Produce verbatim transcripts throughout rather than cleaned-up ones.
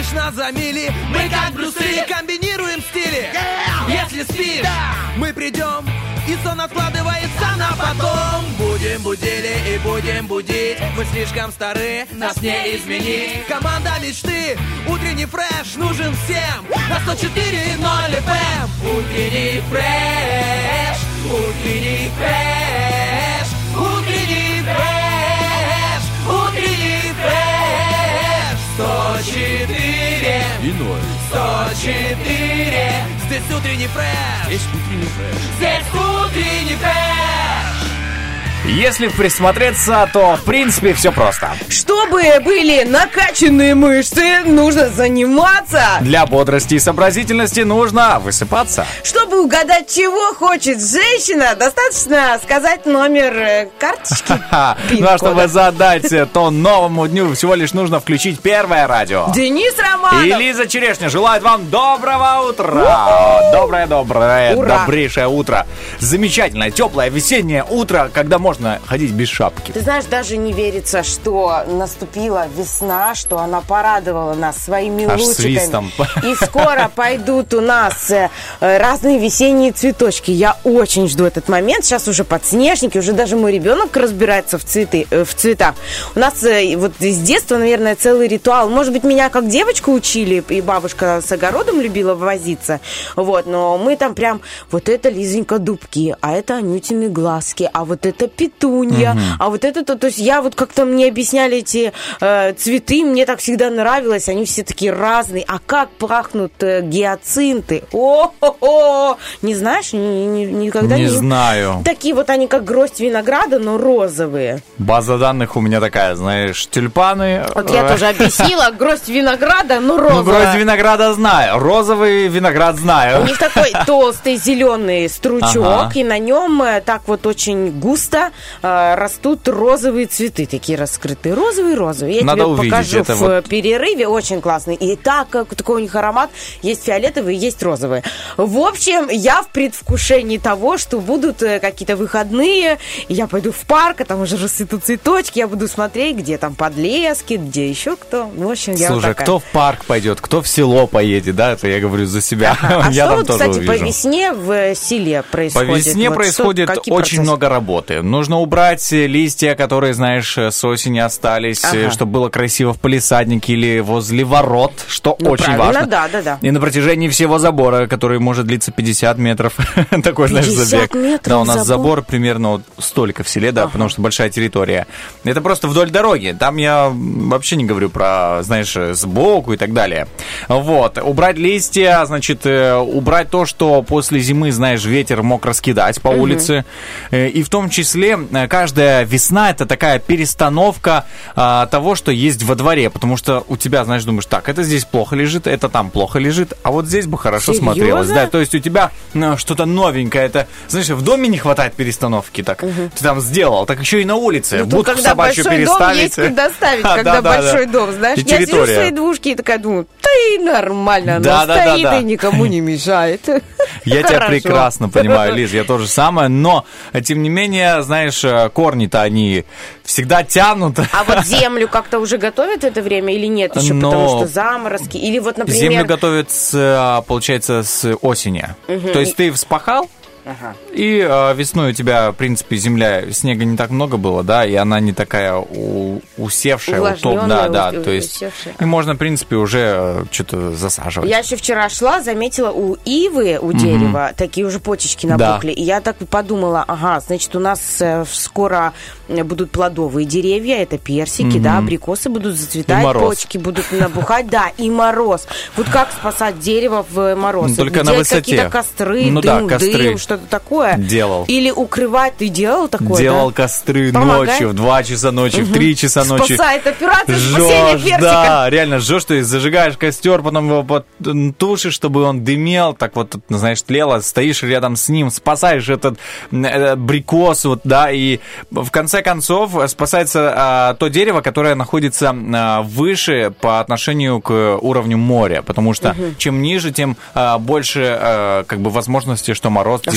лишь нас за мили. Мы как Брюс Ли, комбинируем стили. Если спишь, мы придем, и сон откладывается на потом. Будем будили и будем будить. Мы слишком стары, нас не изменить. Команда мечты, утренний фреш нужен всем. На сто четыре ноль эф эм. Утренний фреш, утренний фреш, утренний фреш, утренний фреш. Сто четыре и ноль. Сто четыре. Здесь утренний фреш. Здесь утренний фреш. Здесь утренний фреш. Если присмотреться, то, в принципе, все просто. Чтобы были накачанные мышцы, нужно заниматься. Для бодрости и сообразительности нужно высыпаться. Чтобы угадать, чего хочет женщина, достаточно сказать номер карточки. Ну а чтобы задать тон новому дню, всего лишь нужно включить Первое радио. Денис Романов и Лиза Черешня желают вам доброго утра. Доброе-доброе, добрейшее утро. Замечательное, теплое весеннее утро, когда можно ходить без шапки. Ты знаешь, даже не верится, что наступила весна, что она порадовала нас своими аж лучиками. Свистом. И скоро пойдут у нас разные весенние цветочки. Я очень жду этот момент. Сейчас уже подснежники, уже даже мой ребенок разбирается в, цветы, в цветах. У нас вот с детства, наверное, целый ритуал. Может быть, меня как девочку учили, и бабушка с огородом любила возиться. Вот, но мы там прям, вот это, Лизонька, дубки, а это Анютины глазки, а вот это петунья, угу. а вот это то, то есть я вот как-то мне объясняли эти э, цветы, мне так всегда нравилось, они все такие разные, а как пахнут э, гиацинты, о-хо-хо, не знаешь, ни, ни, никогда не... Не знаю. Такие вот они как гроздь винограда, но розовые. База данных у меня такая, знаешь, тюльпаны. Вот я тоже объяснила, гроздь винограда, но розовая. Ну, гроздь винограда знаю, розовый виноград знаю. У них такой толстый зеленый стручок, ага. и на нем так вот очень густо э, растут розовые цветы, такие раскрытые. Розовые-розовые. Я Надо тебе увидеть, покажу это в вот... перерыве. Очень классный. И так, как такой у них аромат. Есть фиолетовые, есть розовые. В общем, я в предвкушении того, что будут какие-то выходные. Я пойду в парк, а там уже расцветут цветочки. Я буду смотреть, где там подлески, где еще кто. В общем, я Слушай, вот такая. Кто в парк пойдет, кто в село поедет, да? Это я говорю за себя. А я что там вот, тоже кстати, увижу. по весне в селе происходит? По весне вот происходит что, очень процессы? много работы. Нужно убрать листья, которые, знаешь, с осени остались, ага. чтобы было красиво в палисаднике или возле ворот, что ну, очень правильно, важно. Да, да, да. И на протяжении всего забора, который может длиться пятьдесят метров. Такой, знаешь, забег. Метров да, у нас забор, забор примерно вот столько в селе, да, ага. потому что большая территория. Это просто вдоль дороги. Там я вообще не говорю про, знаешь, сбоку и так далее. Вот. Убрать листья, значит, убрать то, что после зимы, знаешь, ветер мог раскидать по угу. улице. И в том числе каждая весна — это такая перестановка а, того, что есть во дворе. Потому что у тебя, знаешь, думаешь, так, это здесь плохо лежит, это там плохо лежит, а вот здесь бы хорошо Серьезно? смотрелось. Да, то есть у тебя ну, что-то новенькое. Это, знаешь, в доме не хватает перестановки. Так, угу. ты там сделал, так еще и на улице. Ну, будку собачью переставить. Дом есть куда ставить, когда большой дом, знаешь. Я сижу в своей двушке и такая думаю, да и нормально, она стоит и никому не мешает. Я тебя прекрасно понимаю, Лиз, я тоже самое, но, тем не менее, знаешь, корни-то они всегда тянут. А вот землю как-то уже готовят в это время или нет еще, но... потому что заморозки? Или вот, например... Землю готовят, с, получается, с осени. Угу. То есть ты вспахал, ага. и э, весной у тебя, в принципе, земля, снега не так много было, да, и она не такая у, усевшая, утоп, да, да, у, то есть усевшая. И можно, в принципе, уже что-то засаживать. Я еще вчера шла, заметила у ивы, у дерева, mm-hmm. такие уже почечки набухли, да. и я так подумала, ага, значит, у нас э, скоро будут плодовые деревья, это персики, mm-hmm. да, абрикосы будут зацветать, почки будут набухать, да, и мороз. Вот как спасать дерево в мороз? Ну, только на высоте. Какие-то костры, ну, дым, да, костры. дым, что-то такое? Делал. Или укрывать, ты делал такое, Делал да? костры Помогает? ночью, в два часа ночи, угу. в три часа ночи. Спасает операция спасения персика. Да, реально жжешь, ты зажигаешь костер, потом его тушишь, чтобы он дымел, так вот, знаешь, тлело, стоишь рядом с ним, спасаешь этот, этот абрикос, вот, да, и в конце концов спасается а, то дерево, которое находится а, выше по отношению к уровню моря, потому что угу. чем ниже, тем а, больше а, как бы возможности, что мороз а действительно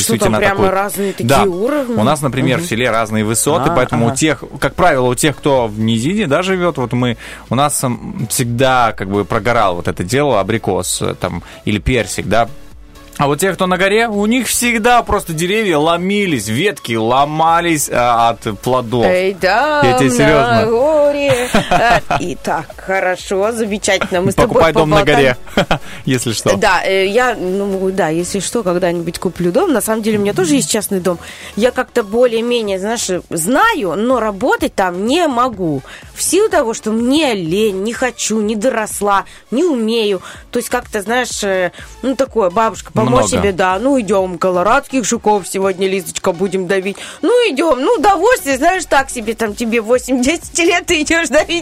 действительно прямо такой... разные такие да. уровни? У нас, например, угу. в селе разные высоты, а, поэтому ага. у тех, как правило, у тех, кто в низине, да, живет, вот мы, у нас всегда как бы прогорал вот это дело, абрикос там, или персик, да. А вот те, кто на горе, у них всегда просто деревья ломились, ветки ломались а, от плодов. Эй, да, я тебе серьезно. На горе. Итак, хорошо, замечательно. Мы с тобой Покупай дом на поболтали. горе, если что. Да, я, ну да, если что, когда-нибудь куплю дом. На самом деле у меня тоже есть частный дом. Я как-то более-менее, знаешь, знаю, но работать там не могу. В силу того, что мне лень, не хочу, не доросла, не умею. То есть как-то, знаешь, ну такое, бабушка, помочь Много. себе, да, ну идем, колорадских жуков сегодня, Лизочка, будем давить. Ну идем, ну удовольствие, знаешь, так себе, там тебе восемь-десять лет, ты идешь давить.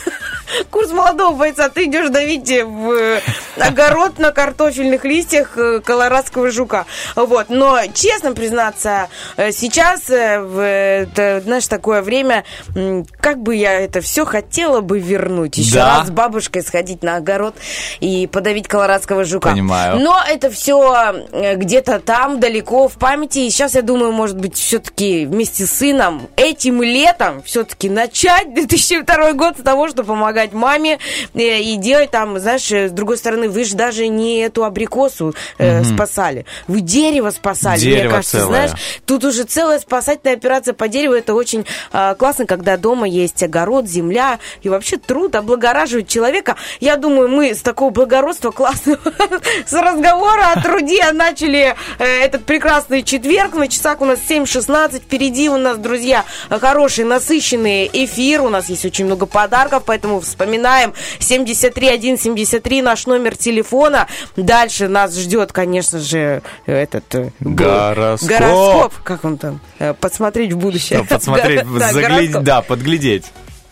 Курс молодого бойца, ты идешь давить в огород на картофельных листьях колорадского жука. Вот. Но, честно признаться, сейчас, в это, знаешь, такое время, как бы я это все хотела бы вернуть. Еще да. раз с бабушкой сходить на огород и подавить колорадского жука. Понимаю. Но это все где-то там, далеко в памяти. И сейчас, я думаю, может быть, все-таки вместе с сыном этим летом все-таки начать две тысячи второй год с того, что помогать маме и делать там, знаешь, с другой стороны, вы же даже не эту абрикосу э, mm-hmm. спасали, вы дерево спасали, дерево мне кажется, целое. Знаешь, тут уже целая спасательная операция по дереву, это очень э, классно, когда дома есть огород, земля и вообще труд облагораживать человека. Я думаю, мы с такого благородства классного с разговора о труде начали этот прекрасный четверг, на часах у нас семь шестнадцать, впереди у нас, друзья, хороший, насыщенный эфир, у нас есть очень много подарков, поэтому вспоминаем семьдесят три один семьдесят три наш номер телефона. Дальше нас ждет, конечно же, этот гороскоп. Гороскоп. Как он там? Подсмотреть в будущее. Подсмотреть, заглядеть, да, подглядеть.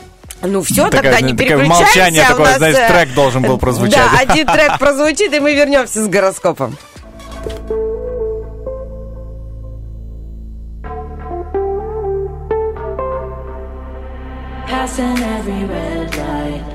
Ну все, такая, тогда не такое переключаемся. Молчание, такое, нас, знаешь, трек должен был прозвучать. Да, один трек прозвучит, и мы вернемся с гороскопом. Passing every red light,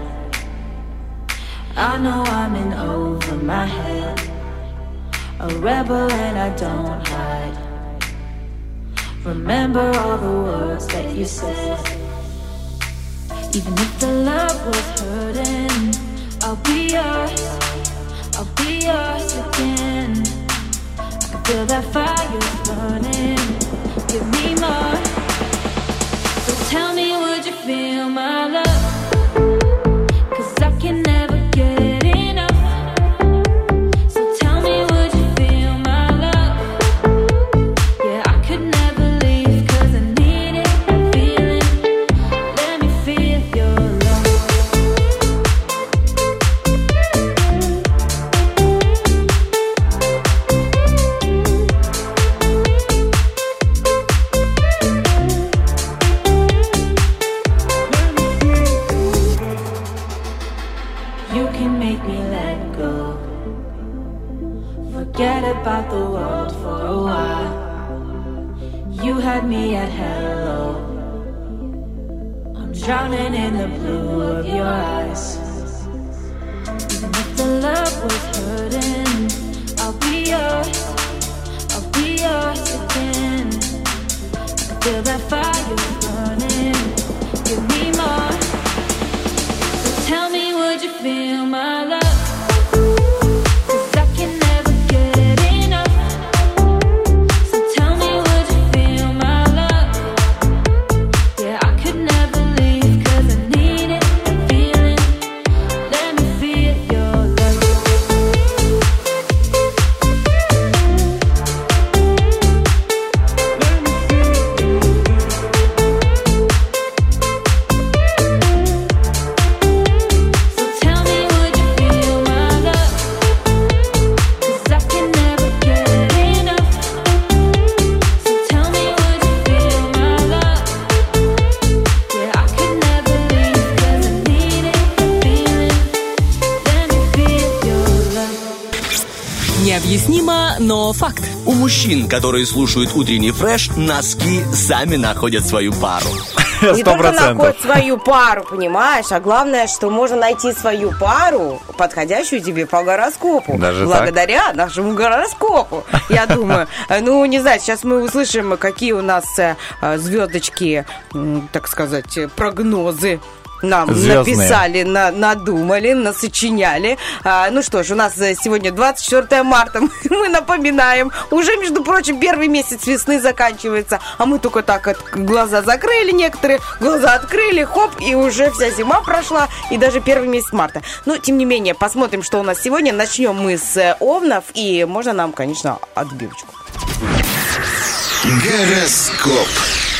I know I'm in over my head, a rebel and I don't hide. Remember all the words that you said. Even if the love was hurting, I'll be yours, I'll be yours again. I can feel that fire burning, give me more. So tell me, would you feel my love? Cause I can never get enough. So tell me, would you feel my love? Yeah, I could never leave cause I need it, I'm feeling. Let me feel your love. You can make me let go, forget about the world for a while. You had me at hello, I'm drowning in the blue of your eyes. Even if the love was hurting, I'll be yours, I'll be yours again. I feel that fire burning, give me more. So tell me, would you feel my love? Cause I can never get enough. So tell me, would you feel my love? Yeah, I could never leave cause I need it, I'm feeling. Let me feel your love. So tell me, would you feel my love? Cause I can never get enough. So tell me, would you feel my love? Yeah, I could never leave cause I need it, I'm feeling. Let me feel your love. Необъяснимо, но факт. У мужчин, которые слушают утренний фреш, носки сами находят свою пару. Не только находит свою пару, понимаешь, а главное, что можно найти свою пару, подходящую тебе по гороскопу. Даже благодаря так? нашему гороскопу, я думаю. Ну, не знаю, сейчас мы услышим, какие у нас звездочки, так сказать, прогнозы нам Звездные. написали, на, надумали, насочиняли. А, ну что ж, у нас сегодня двадцать четвёртое марта. Мы напоминаем, уже, между прочим, первый месяц весны заканчивается, а мы только так от, глаза закрыли некоторые, глаза открыли, хоп, и уже вся зима прошла, и даже первый месяц марта. Но, тем не менее, посмотрим, что у нас сегодня. Начнем мы с овнов, и можно нам, конечно, отбивочку. Гороскоп.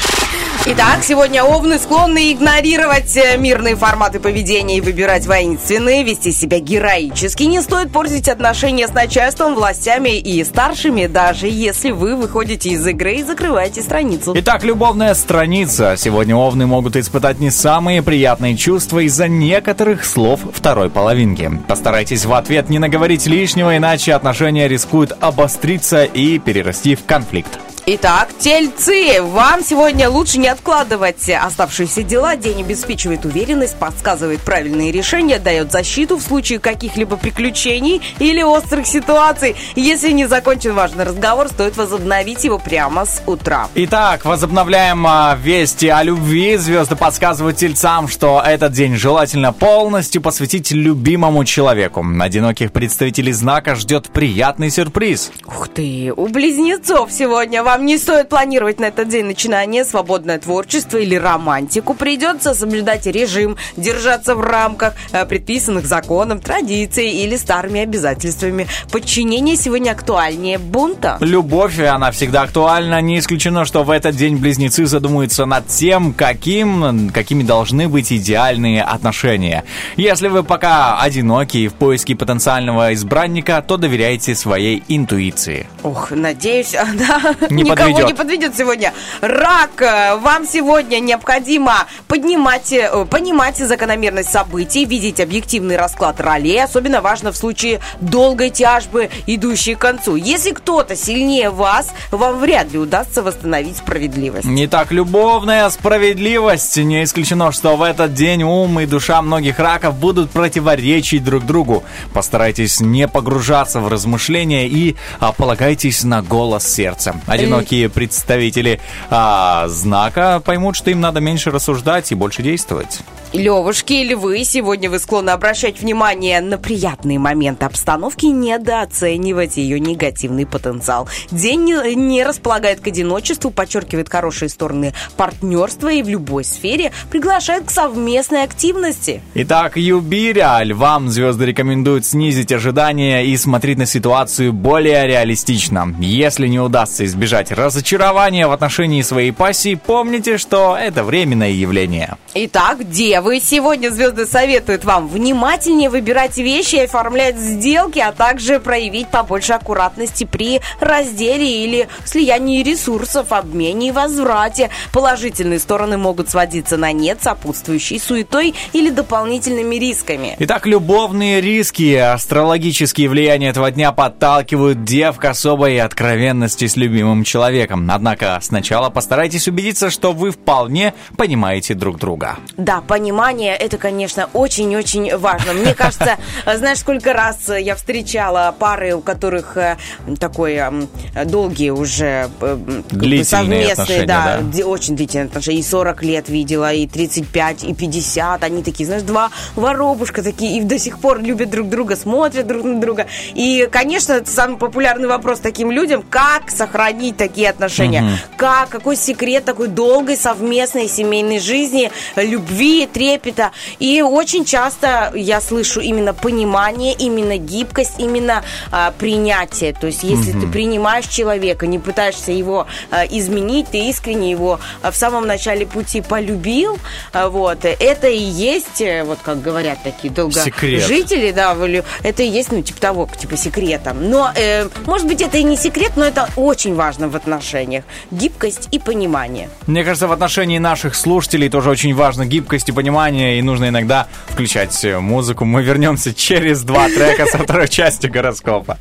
Итак, сегодня овны склонны игнорировать мирные форматы поведения и выбирать воинственные, вести себя героически. Не стоит портить отношения с начальством, властями и старшими, даже если вы выходите из игры и закрываете страницу. Итак, любовная страница. Сегодня овны могут испытать не самые приятные чувства из-за некоторых слов второй половинки. Постарайтесь в ответ не наговорить лишнего, иначе отношения рискуют обостриться и перерасти в конфликт. Итак, тельцы, вам сегодня лучше не откладывать оставшиеся дела. День обеспечивает уверенность, подсказывает правильные решения, дает защиту в случае каких-либо приключений или острых ситуаций. Если не закончен важный разговор, стоит возобновить его прямо с утра. Итак, возобновляем а, вести о любви. Звезды подсказывают тельцам, что этот день желательно полностью посвятить любимому человеку. Одиноких представителей знака ждет приятный сюрприз. Ух ты, у близнецов сегодня вам не стоит планировать на этот день начинание, свободное творчество или романтику. Придется соблюдать режим, держаться в рамках э, предписанных законом, традиций или старыми обязательствами. Подчинение сегодня актуальнее бунта. Любовь, она всегда актуальна. Не исключено, что в этот день близнецы задумаются над тем, каким, какими должны быть идеальные отношения. Если вы пока одиноки и в поиске потенциального избранника, то доверяйте своей интуиции. Ох, надеюсь, да. Не Никого подведет. не подведет сегодня. Рак, вам сегодня необходимо поднимать, понимать закономерность событий, видеть объективный расклад ролей. Особенно важно в случае долгой тяжбы, идущей к концу. Если кто-то сильнее вас, вам вряд ли удастся восстановить справедливость. Не так любовная справедливость. Не исключено, что в этот день ум и душа многих раков будут противоречить друг другу. Постарайтесь не погружаться в размышления и а, полагайтесь на голос сердца. Одинокие представители а, знака поймут, что им надо меньше рассуждать и больше действовать. Левушки или вы, сегодня вы склонны обращать внимание на приятные моменты обстановки и недооценивать ее негативный потенциал. День не, не располагает к одиночеству, подчеркивает хорошие стороны партнерства и в любой сфере приглашает к совместной активности. Итак, Юбиря, львам звезды рекомендуют снизить ожидания и смотреть на ситуацию более реалистично. Если не удастся избежать разочарования в отношении своей пассии, помните, что это временное явление. Итак, девы, сегодня звезды советуют вам внимательнее выбирать вещи и оформлять сделки, а также проявить побольше аккуратности при разделе или слиянии ресурсов, обмене и возврате. Положительные стороны могут сводиться на нет, сопутствующей суетой или дополнительными рисками. Итак, любовные риски, астрологические влияния этого дня подталкивают дев к особой откровенности с любимым человеком. Однако сначала постарайтесь убедиться, что вы вполне понимаете друг друга. Да, понимание, это, конечно, очень-очень важно. Мне кажется, знаешь, сколько раз я встречала пары, у которых такой долгие уже длительные совместные, отношения, да, да, очень длительные отношения. И сорок лет видела, и тридцать пять, и пятьдесят. Они такие, знаешь, два воробушка такие, и до сих пор любят друг друга, смотрят друг на друга. И, конечно, это самый популярный вопрос таким людям, как сохранить такие отношения. Угу. Как, какой секрет такой долгой совместной семейной жизни, любви, трепета. И очень часто я слышу именно понимание, именно гибкость, именно а, принятие. То есть, если mm-hmm. ты принимаешь человека, не пытаешься его а, изменить, ты искренне его а, в самом начале пути полюбил, а, вот, это и есть, вот как говорят такие долгожители, да, это и есть, ну, типа того, типа секрета. Но, э, может быть, это и не секрет, но это очень важно в отношениях. Гибкость и понимание. Мне кажется, в отношении наших слушателей тоже очень важно гибкость и понимание, и нужно иногда включать музыку. Мы вернемся через два трека со второй части гороскопа.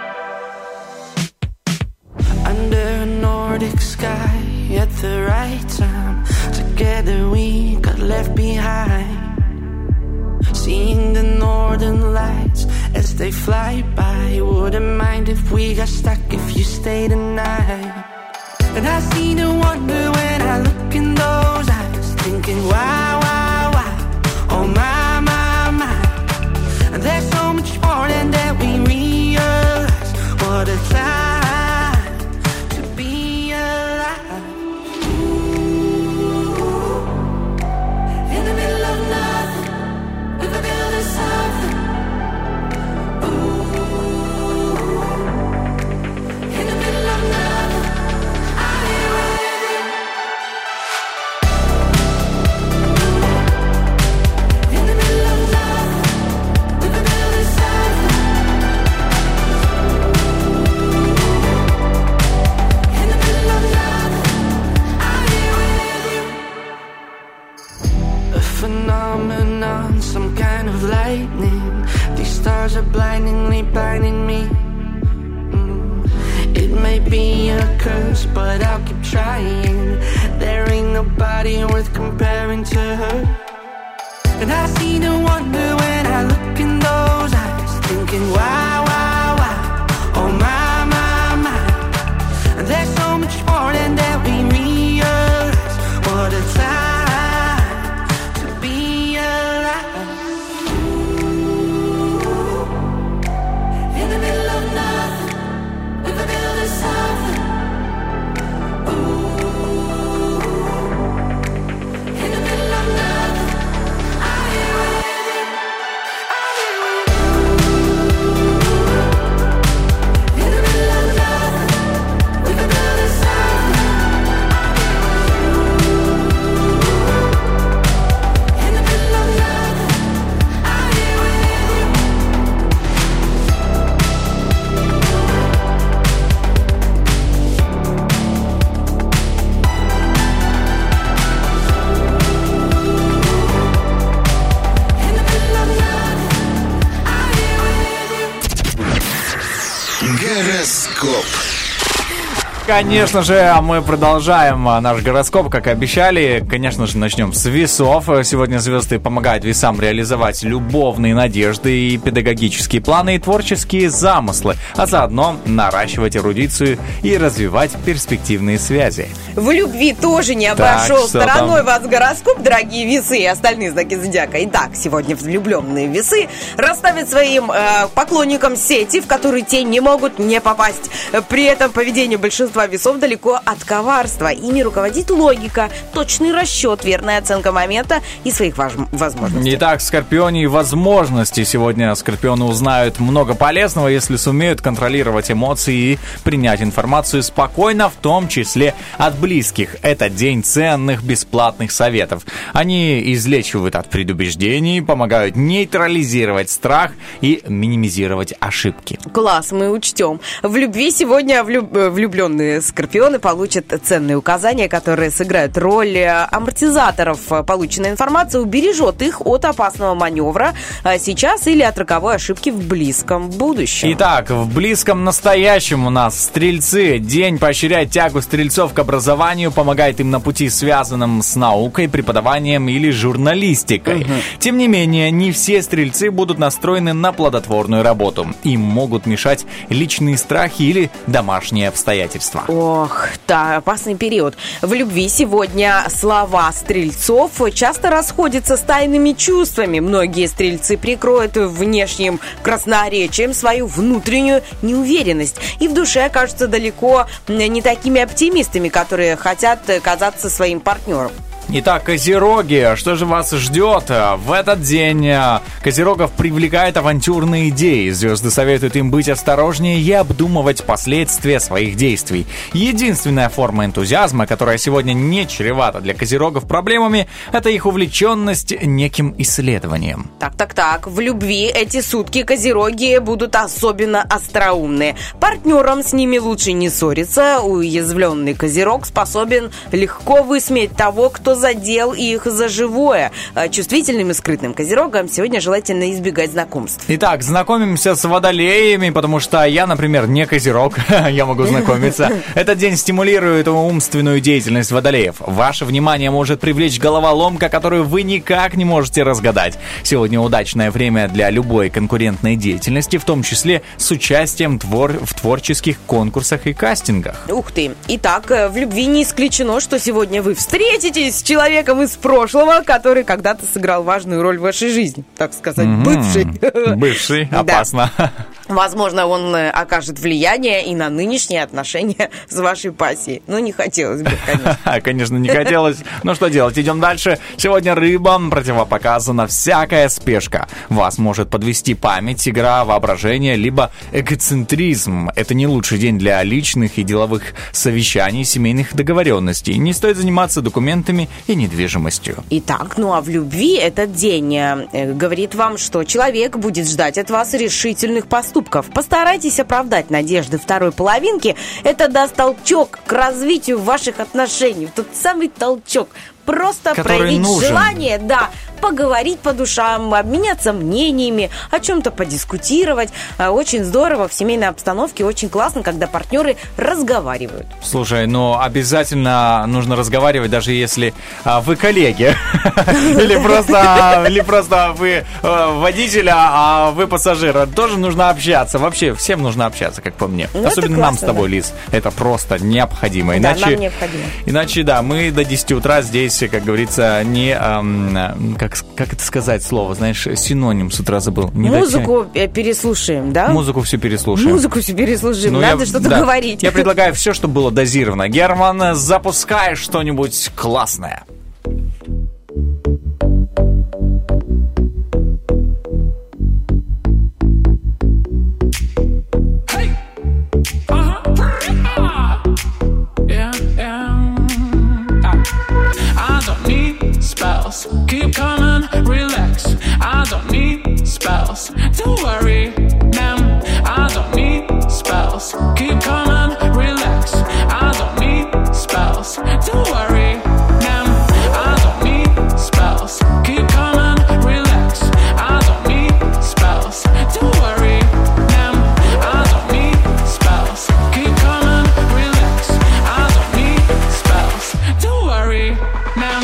Under a Nordic sky at the right high, seeing the northern lights as they fly by. Wouldn't mind if we got stuck, if you stayed a night. And I see the wonder when I look in those eyes, thinking why, why, why, oh my, my, my. And there's so much more than that we realize. What a time to be alive. Ooh, in the middle of nothing, we were building something. Ooh, in the middle of nothing, I'm here with you. In the middle of nothing, we were building something. In the middle of nothing, I'm here with you. A phenomenon, some kind of lightning. These stars are blindingly blinding me. Mm. It may be a curse, but I'll keep trying. There ain't nobody worth comparing to her. And I see the wonder when I look in those eyes, thinking why, why, why, oh my, my, my. And there's so much more than that we realize. What a time to be alive. Ooh, in the middle of nothing, we were building something. Ooh, in the middle of nothing, I'm here with you. I'm here with you. In the middle of nothing, we were building something. In the middle of nothing, I'm here with you. In the middle of nothing, I'm here with you. Гороскоп. Конечно же, мы продолжаем наш гороскоп, как и обещали. Конечно же, начнем с весов. Сегодня звезды помогают весам реализовать любовные надежды и педагогические планы, и творческие замыслы, а заодно наращивать эрудицию и развивать перспективные связи. В любви тоже не Так, обошел что стороной там? вас гороскоп, дорогие весы и остальные знаки зодиака. Итак, сегодня влюбленные весы расставят своим э, поклонникам сети, в которые те не могут не попасть. При этом поведение большинства весов далеко от коварства. Ими руководит логика, точный расчет, верная оценка момента и своих вож- возможностей. Итак, скорпионе и возможности. Сегодня скорпионы узнают много полезного, если сумеют контролировать эмоции и принять информацию спокойно, в том числе от близких. Это день ценных бесплатных советов. Они излечивают от предубеждений, помогают нейтрализировать страх и минимизировать ошибки. Класс, мы учтем. В любви сегодня влюб- влюбленные скорпионы получат ценные указания, которые сыграют роль амортизаторов. Полученная информация убережет их от опасного маневра сейчас или от роковой ошибки в близком будущем. Итак, в близком настоящем у нас стрельцы. День поощряет тягу стрельцов к образованию, помогает им на пути, связанном с наукой, преподаванием или журналистикой. Угу. Тем не менее, не все стрельцы будут настроены на плодотворную работу. Им могут мешать личные страхи или домашние обстоятельства. Ох, да, опасный период. В любви сегодня слова стрельцов часто расходятся с тайными чувствами. Многие стрельцы прикроют внешним красноречием свою внутреннюю неуверенность и в душе окажутся далеко не такими оптимистами, которые хотят казаться своим партнером. Итак, козероги, что же вас ждет? В этот день козерогов привлекают авантюрные идеи. Звезды советуют им быть осторожнее и обдумывать последствия своих действий. Единственная форма энтузиазма, которая сегодня не чревата для козерогов проблемами, это их увлеченность неким исследованием. Так-так-так, в любви эти сутки козероги будут особенно остроумные. Партнерам с ними лучше не ссориться. Уязвленный козерог способен легко высмеять того, кто задел их за живое. Чувствительным и скрытным козерогам сегодня желательно избегать знакомств. Итак, знакомимся с водолеями, потому что я, например, не козерог, я могу знакомиться. Этот день стимулирует умственную деятельность водолеев. Ваше внимание может привлечь головоломка, которую вы никак не можете разгадать. Сегодня удачное время для любой конкурентной деятельности, в том числе с участием твор... в творческих конкурсах и кастингах. Ух ты! Итак, в любви не исключено, что сегодня вы встретитесь с человеком из прошлого, который когда-то сыграл важную роль в вашей жизни. Так сказать, mm-hmm. бывший. Бывший, опасно. Да. Возможно, он окажет влияние и на нынешние отношения с вашей пассией. Ну, не хотелось бы, конечно. Конечно, не хотелось. Ну, что делать? Идем дальше. Сегодня рыбам противопоказана всякая спешка. Вас может подвести память, игра, воображение, либо эгоцентризм. Это не лучший день для личных и деловых совещаний, семейных договоренностей. Не стоит заниматься документами и недвижимостью. Итак, ну а в любви этот день э, говорит вам, что человек будет ждать от вас решительных поступков. Постарайтесь оправдать надежды второй половинки. Это даст толчок к развитию ваших отношений. Тот самый толчок. Просто который проявить нужен. желание, да, поговорить по душам, обменяться мнениями, о чем-то подискутировать. Очень здорово в семейной обстановке, очень классно, когда партнеры разговаривают. Слушай, ну обязательно нужно разговаривать, даже если а, вы коллеги, или просто, или просто вы водитель, а вы пассажир. Тоже нужно общаться. Вообще всем нужно общаться, как по мне. Особенно нам с тобой, Лиз. Это просто необходимо. Да, нам необходимо. Иначе, да, мы до десяти утра здесь, как говорится, не... Эм, как, как это сказать слово? Знаешь, синоним с утра забыл. Не Музыку дотя... переслушаем, да? Музыку всю переслушаем. Музыку всю переслушаем. Ну, Надо я, что-то да, говорить. Я предлагаю все, чтобы было дозировано. Герман, запускай что-нибудь классное. Keep calm and relax. I don't need spells. Don't worry, ma'am. I don't need spells. Keep calm and relax. I don't need spells. Don't worry, ma'am. I don't need spells. Keep calm and relax. I don't need spells. Don't worry, ma'am. I don't need spells. Keep calm and relax. I don't need spells. Don't worry, ma'am.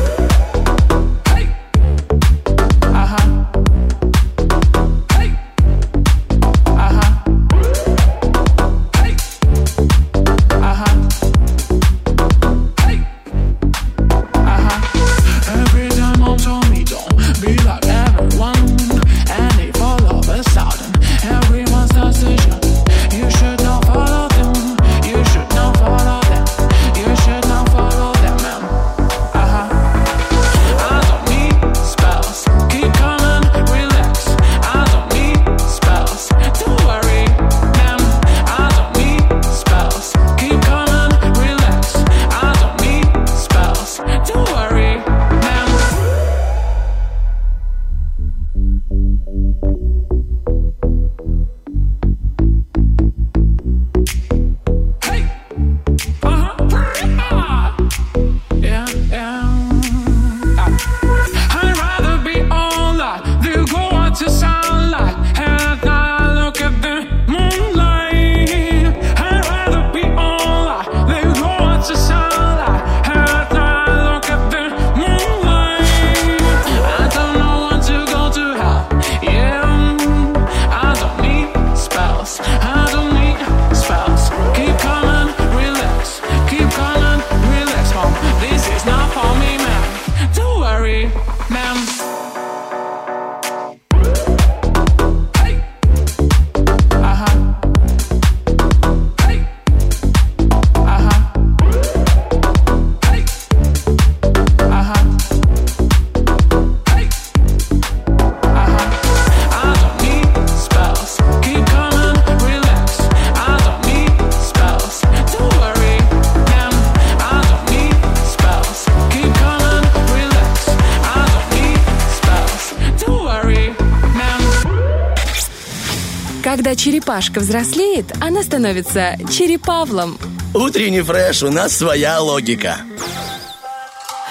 Когда черепашка взрослеет, она становится черепавлом. Утренний фреш, у нас своя логика.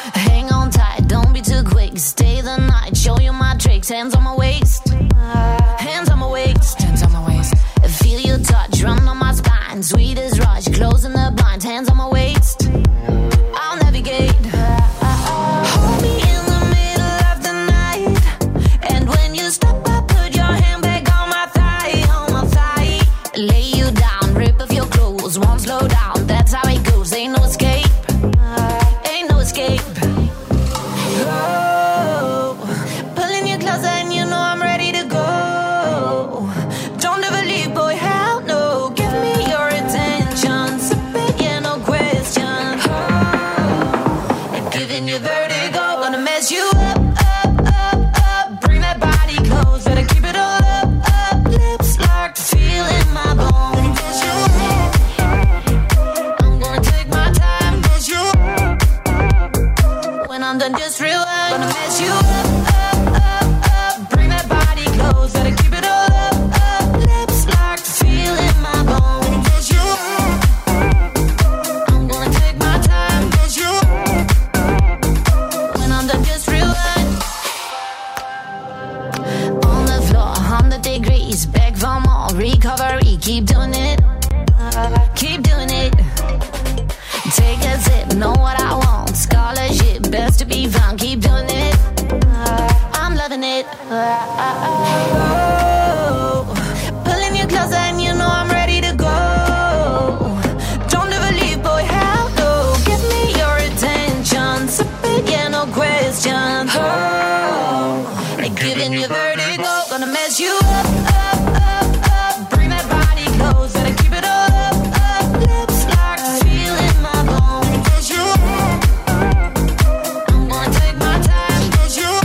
Hang on tight, don't be too quick. Stay the night, show you my tricks. Hands on my waist, hands on my waist, hands on my waist. Feel your touch, run on my spine. Sweet as rush, closing the blinds. Hands on my waist, I'll navigate. Hold me in the middle of the night, and when you stop, I put your hand back on my thigh, on my thigh. Lay you down, rip off your clothes, won't slow down. That's how it goes. Ain't no escape, ain't no escape. Oh, pulling you closer, and you know I'm ready to go. Don't ever leave, boy, hell no. Give me your attention, sip it, yeah, no question. Oh, giving you vertigo, gonna mess you up, up, up, up. Bring that body close, better keep it all up, up. Lips locked, feeling my bones. I'm gonna take my time, cause you. When I'm done, just rewind. Gonna mess you up, up, up, up. Bring that body close, better keep it all up, up. Lips locked, feeling my bones. Cause you. I'm gonna take my time, cause you. When I'm done, just rewind. On the floor, one hundred degrees. Back for more recovery. Keep doing it, keep doing it. Take a sip, know what I want. Scholarship, best to be found. Keep doing it, I'm loving it. Oh, pulling you closer, and you know I'm ready to go. Don't ever leave, boy, hell no. Give me your attention, sip it, yeah, no question. Oh, giving you vertigo, gonna mess you up, up, up, up. Bring that body close, better keep it all up, up. Lips locked, feeling my bones. Cause you. I'm gonna take my time, cause you.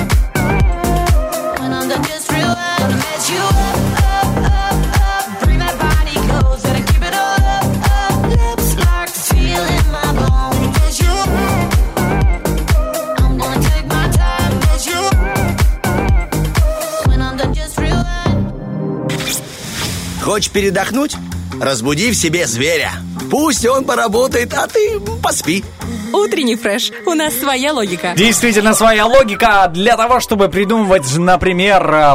When I'm done, just rewind. Gonna mess you up, up, up, up. Bring that body close, better keep it all up, up. Lips locked, feeling my bones. Cause you. I'm gonna take my time, cause you. When I'm done, just rewind. Хочешь передохнуть? Разбуди в себе зверя. Пусть он поработает, а ты поспи. Утренний фреш. У нас своя логика. Действительно своя логика для того, чтобы придумывать, например,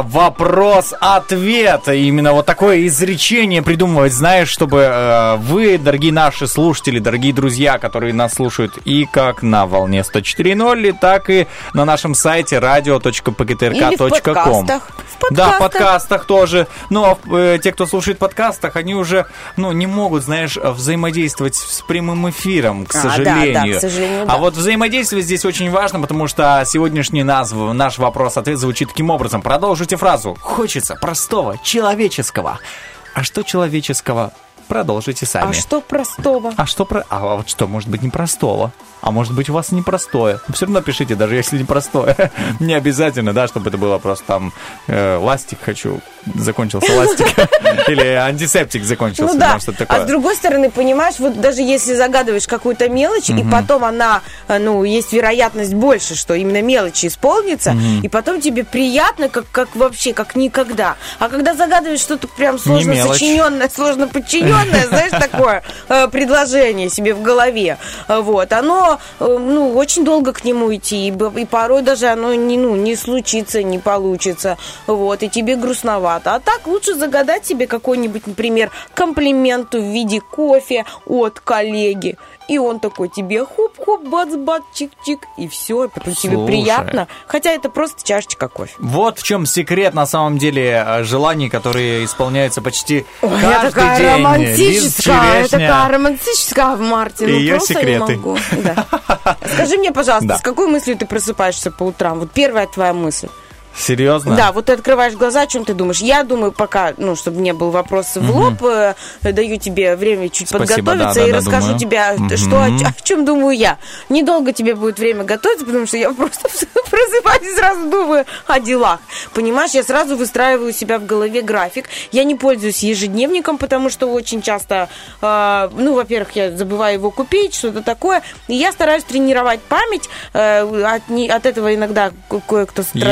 вопрос-ответ. Именно вот такое изречение придумывать, знаешь, чтобы э, вы, дорогие наши слушатели, дорогие друзья, которые нас слушают и как на волне сто четыре ноль, так и на нашем сайте радио точка пэ гэ тэ эр ка точка ком. В подкастах. Да, в подкастах тоже. Но э, те, кто слушает в подкастах, они уже, ну, не могут, знаешь, взаимодействовать с прямым эфиром, к А, сожалению. да, да, к сожалению, да. А вот взаимодействие здесь очень важно, потому что сегодняшний наш, наш вопрос-ответ звучит таким образом. Продолжите фразу. Хочется простого, человеческого. А что человеческого? Продолжите сами. А что простого? А что про... А вот что может быть непростого? А может быть у вас непростое? Все равно пишите, даже если непростое. Не обязательно, да, чтобы это было просто там э, ластик хочу, закончился ластик. Или антисептик закончился. Ну да, что-то такое. А с другой стороны, понимаешь, вот даже если загадываешь какую-то мелочь, и потом она, ну, есть вероятность больше, что именно мелочь исполнится, и потом тебе приятно, как, как вообще, как никогда. А когда загадываешь что-то прям сложно сочиненное, сложно подчиненное, знаешь, такое э, предложение себе в голове, вот, оно, э, ну, очень долго к нему идти, и, и порой даже оно не, ну, не случится, не получится, вот, и тебе грустновато. А так лучше загадать себе какой-нибудь, например, комплимент в виде кофе от коллеги. И он такой тебе хоп-хоп, бац-бац, чик-чик, и все, потом тебе приятно. Хотя это просто чашечка кофе. Вот в чем секрет, на самом деле, желаний, которые исполняются почти Ой, каждый я такая день. романтическая, я такая романтическая в марте. Ну, ее просто секреты. не могу. Да. Скажи мне, пожалуйста, Да. с какой мыслью ты просыпаешься по утрам? Вот первая твоя мысль. Серьезно? Да, вот ты открываешь глаза, о чем ты думаешь? Я думаю, пока, ну, чтобы не был вопрос в лоб, э, даю тебе время чуть Спасибо, подготовиться да, и да, расскажу думаю. тебе, Мгм. что, о, о чем думаю я. Недолго тебе будет время готовиться, потому что я просто просыпаюсь и сразу думаю о делах. Понимаешь, я сразу выстраиваю у себя в голове график. Я не пользуюсь ежедневником, потому что очень часто, э, ну, во-первых, я забываю его купить, что-то такое. И я стараюсь тренировать память. Э, от, не- от этого иногда ко- кое-кто страдает. Есть Это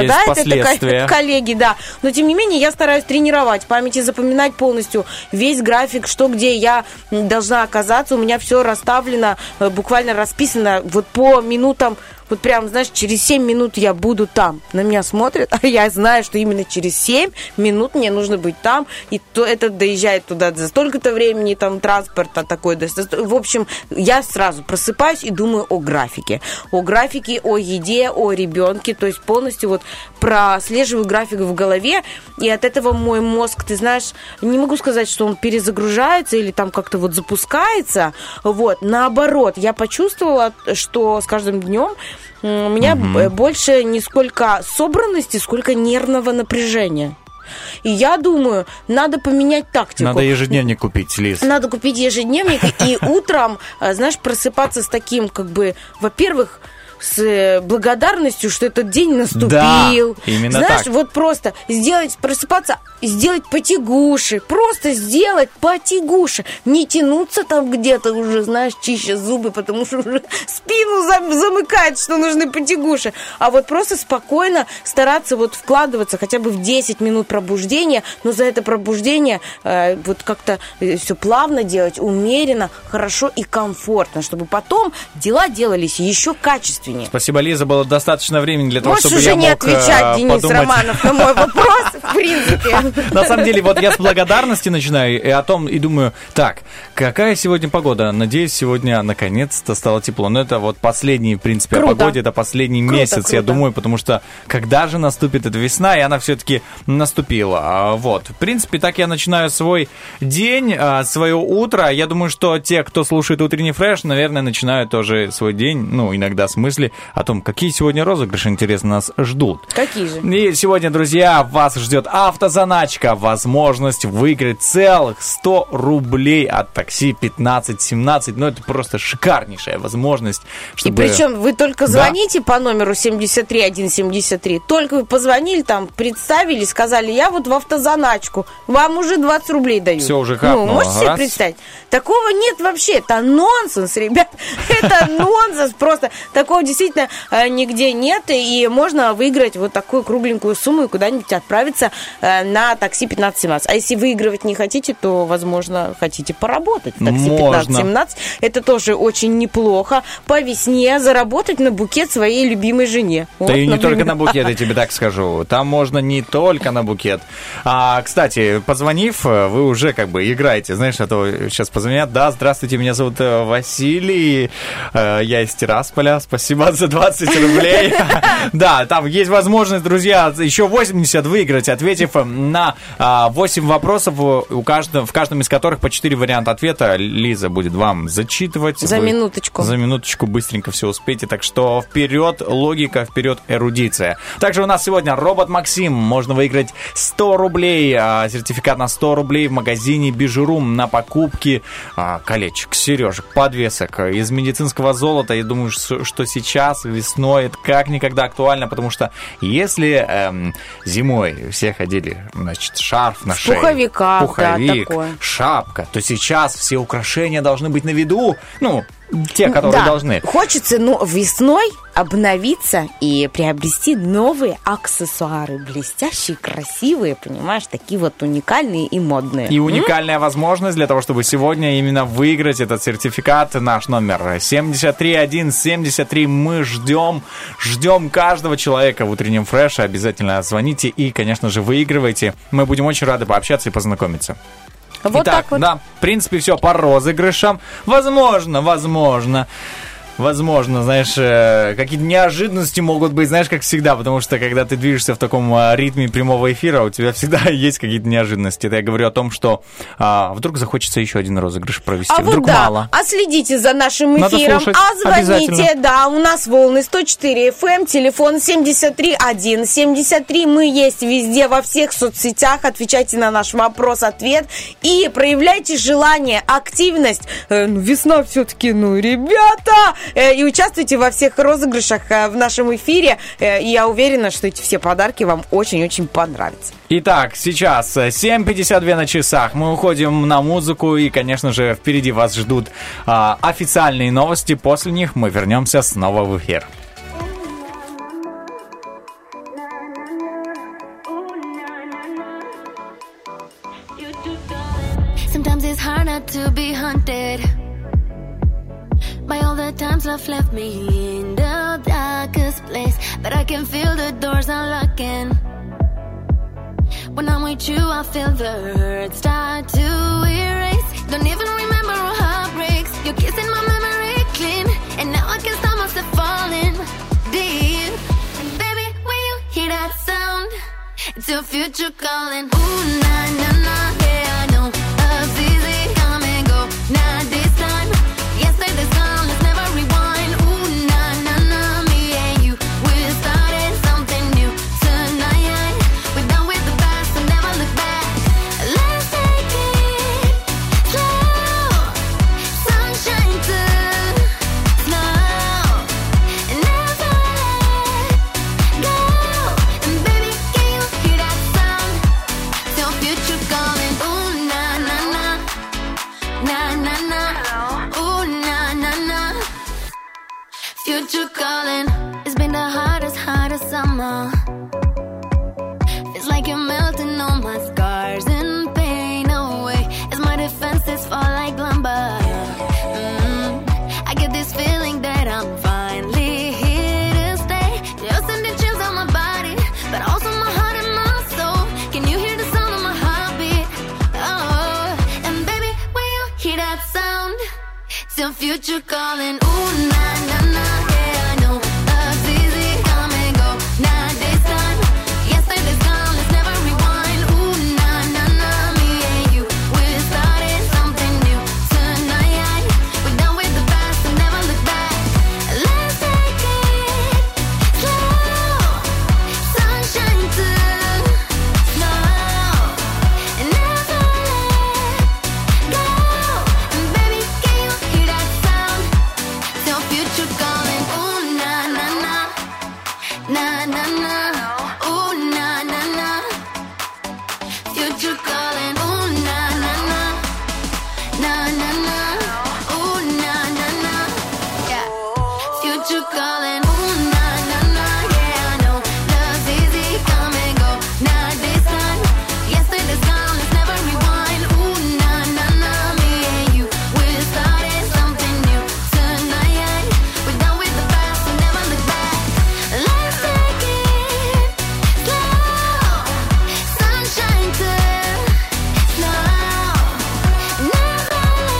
последствия. Коллеги, да. Но, тем не менее, я стараюсь тренировать память и запоминать полностью весь график, что где я должна оказаться. У меня все расставлено, буквально расписано вот по минутам. Вот прям, знаешь, через семь минут я буду там. На меня смотрят, а я знаю, что именно через семь минут мне нужно быть там. И то это доезжает туда за столько-то времени, там транспорта такой. В общем, я сразу просыпаюсь и думаю о графике. О графике, о еде, о ребенке. То есть полностью вот прослеживаю график в голове. И от этого мой мозг, ты знаешь, не могу сказать, что он перезагружается или там как-то вот запускается. Вот, наоборот, я почувствовала, что с каждым днем у меня mm-hmm. больше не сколько собранности, сколько нервного напряжения. И я думаю, надо поменять тактику. Надо ежедневник купить, Лиз. Надо купить ежедневник и утром, знаешь, просыпаться с таким, как бы, во-первых, с благодарностью, что этот день наступил. Да, именно Знаешь, так. вот просто сделать, просыпаться, сделать потягуши. Просто сделать потягуши. Не тянуться там где-то уже, знаешь, чища зубы, потому что уже спину зам- замыкает, что нужны потягуши. А вот просто спокойно стараться вот вкладываться хотя бы в десять минут пробуждения, но за это пробуждение э, вот как-то э, все плавно делать, умеренно, хорошо и комфортно, чтобы потом дела делались еще качественнее. Спасибо, Лиза. Было достаточно времени для того, Можешь чтобы уже я не мог отвечать, Денис подумать... Романов, на мой вопрос, в принципе. На самом деле, вот я с благодарности начинаю и о том, и думаю, так, какая сегодня погода? Надеюсь, сегодня наконец-то стало тепло. Но это вот последний, в принципе, Круто. о погоде, это последний Круто, месяц, круто. я думаю, потому что когда же наступит эта весна, и она все-таки наступила. А, Вот. В принципе, так я начинаю свой день, а, свое утро. Я думаю, что те, кто слушает утренний фреш, наверное, начинают тоже свой день, ну, иногда с мысли о том, какие сегодня розыгрыши, интересно, нас ждут. Какие же? И сегодня, друзья, вас ждет автозаначка, возможность выиграть целых сто рублей от такси пятнадцать семнадцать. Ну, это просто шикарнейшая возможность, чтобы... И причем вы только Да. звоните по номеру семьдесят три сто семьдесят три, только вы позвонили там, представили, сказали, я вот в автозаначку, вам уже двадцать рублей дают. Все уже Ну, хапнуло. можете себе Раз. представить? Такого нет вообще, это нонсенс, ребят, это нонсенс просто. Такого действительно э, нигде нет, и можно выиграть вот такую кругленькую сумму и куда-нибудь отправиться э, на такси пятнадцать семнадцать. А если выигрывать не хотите, то, возможно, хотите поработать в такси пятнадцать семнадцать. Это тоже очень неплохо. По весне заработать на букет своей любимой жене. Да Вот, и не например. только на букет, я тебе так скажу. Там можно не только на букет. А, кстати, позвонив, вы уже как бы играете. Знаешь, а то сейчас позвонят. Да, здравствуйте, меня зовут э, Василий. Э, Я из Тирасполя. Спасибо за двадцать рублей. Да, там есть возможность, друзья, еще восемьдесят выиграть, ответив на восемь вопросов, у каждого, в каждом из которых по четыре варианта ответа. Лиза будет вам зачитывать. За Вы минуточку. За минуточку быстренько все успеете. Так что вперед логика, вперед эрудиция. Также у нас сегодня робот Максим. Можно выиграть сто рублей, а, сертификат на сто рублей в магазине Бижурум на покупки а, колечек, сережек, подвесок из медицинского золота. Я думаю, что сейчас весной это как никогда актуально, потому что если эм, зимой все ходили, значит, шарф на В шее, пуховиках, пуховик, да, такое. шапка, то сейчас все украшения должны быть на виду. Ну, те, которые Да. должны. Хочется, ну, весной обновиться и приобрести новые аксессуары. Блестящие, красивые, понимаешь, такие вот уникальные и модные. И уникальная возможность для того, чтобы сегодня именно выиграть этот сертификат. Наш номер семьдесят три сто семьдесят три. Мы ждем, ждем каждого человека в утреннем фреше. Обязательно звоните и, конечно же, выигрывайте. Мы будем очень рады пообщаться и познакомиться. Вот Итак, так вот. да, в принципе, все по розыгрышам. Возможно, возможно. Возможно, знаешь, э, какие-то неожиданности могут быть, знаешь, как всегда, потому что, когда ты движешься в таком э, ритме прямого эфира, у тебя всегда есть какие-то неожиданности. Это я говорю о том, что э, вдруг захочется еще один розыгрыш провести, А вдруг вот да, мало. а следите за нашим Надо эфиром, слушать, а звоните, обязательно. да, у нас волны сто четыре эф эм, телефон семьдесят три сто семьдесят три, мы есть везде, во всех соцсетях, отвечайте на наш вопрос-ответ и проявляйте желание, активность. Э, ну, весна все-таки, ну, ребята, э, и участвуйте во всех розыгрышах э, в нашем эфире, э, и я уверена, что эти все подарки вам очень-очень понравятся. Итак, сейчас семь пятьдесят два на часах. Мы уходим на музыку, и, конечно же, впереди вас ждут а, официальные новости. После них мы вернемся снова в эфир. times life left me in the darkest place, but I can feel the doors unlocking. When I'm with you, I feel the hurt start to erase. Don't even remember our heartbreaks. You're kissing my memory clean, and now I can't stop myself falling deep. And baby, when you hear that sound, it's your future calling. Ooh, na na na, yeah, I know. Love's easy, come and go. Not this time. Yesterday's gone, let's never rewind. Ooh, na na na, me and you, we started something new tonight. We're done with the past, so never look back. Let's take it slow, sunshine too slow, and never let go. And baby, can you hear that sound? It's your future calling. Ooh, na na na, na na na. Ooh, na na na. Future calling. It's been the hardest, hardest summer. It's like you're melting all my scars and pain away as my defenses fall like lumber. Mm. I get this feeling that I'm finally here to stay. You're sending chills on my body, but also my heart and my soul. Can you hear the sound of my heartbeat? Oh, and baby, when you hear that sound, it's your future calling. Ooh, na na na, yeah, I know. Love's easy, come and go. Not this time. Yesterday's gone, let's never rewind. Ooh, na na na, me and you, we started something new tonight. We're done with the past, so never look back. Let's take it slow, sunshine too slow, and never let go. And baby, can you hear that sound? It's your future calling. Ooh, na na na, na na na. Ooh, na na na. Future calling. Ooh, na na na, na na na. Ooh, na na na. Yeah. Future calling. Ooh, na na na. Yeah, I know. Love's easy, come and go. Not this time. Yesterday's gone, let's never rewind. Ooh, na na na. Me and you, we started something new tonight. We're done with the past, so never look back. Let's take it slow, sunshine too slow, never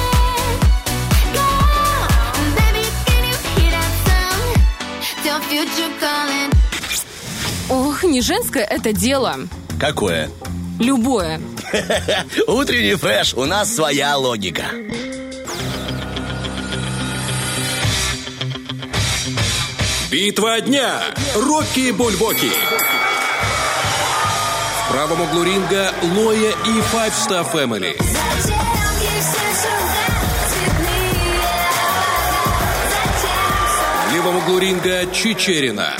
let go. Baby, can you hear that sound? It's your future calling. Ох, не женское это дело. Какое? Любое. Утренний фреш, у нас своя логика. Битва дня. Рокки Бульбоки. В правом углу ринга Лоя и Five Star Family. В левом углу ринга Чичерина.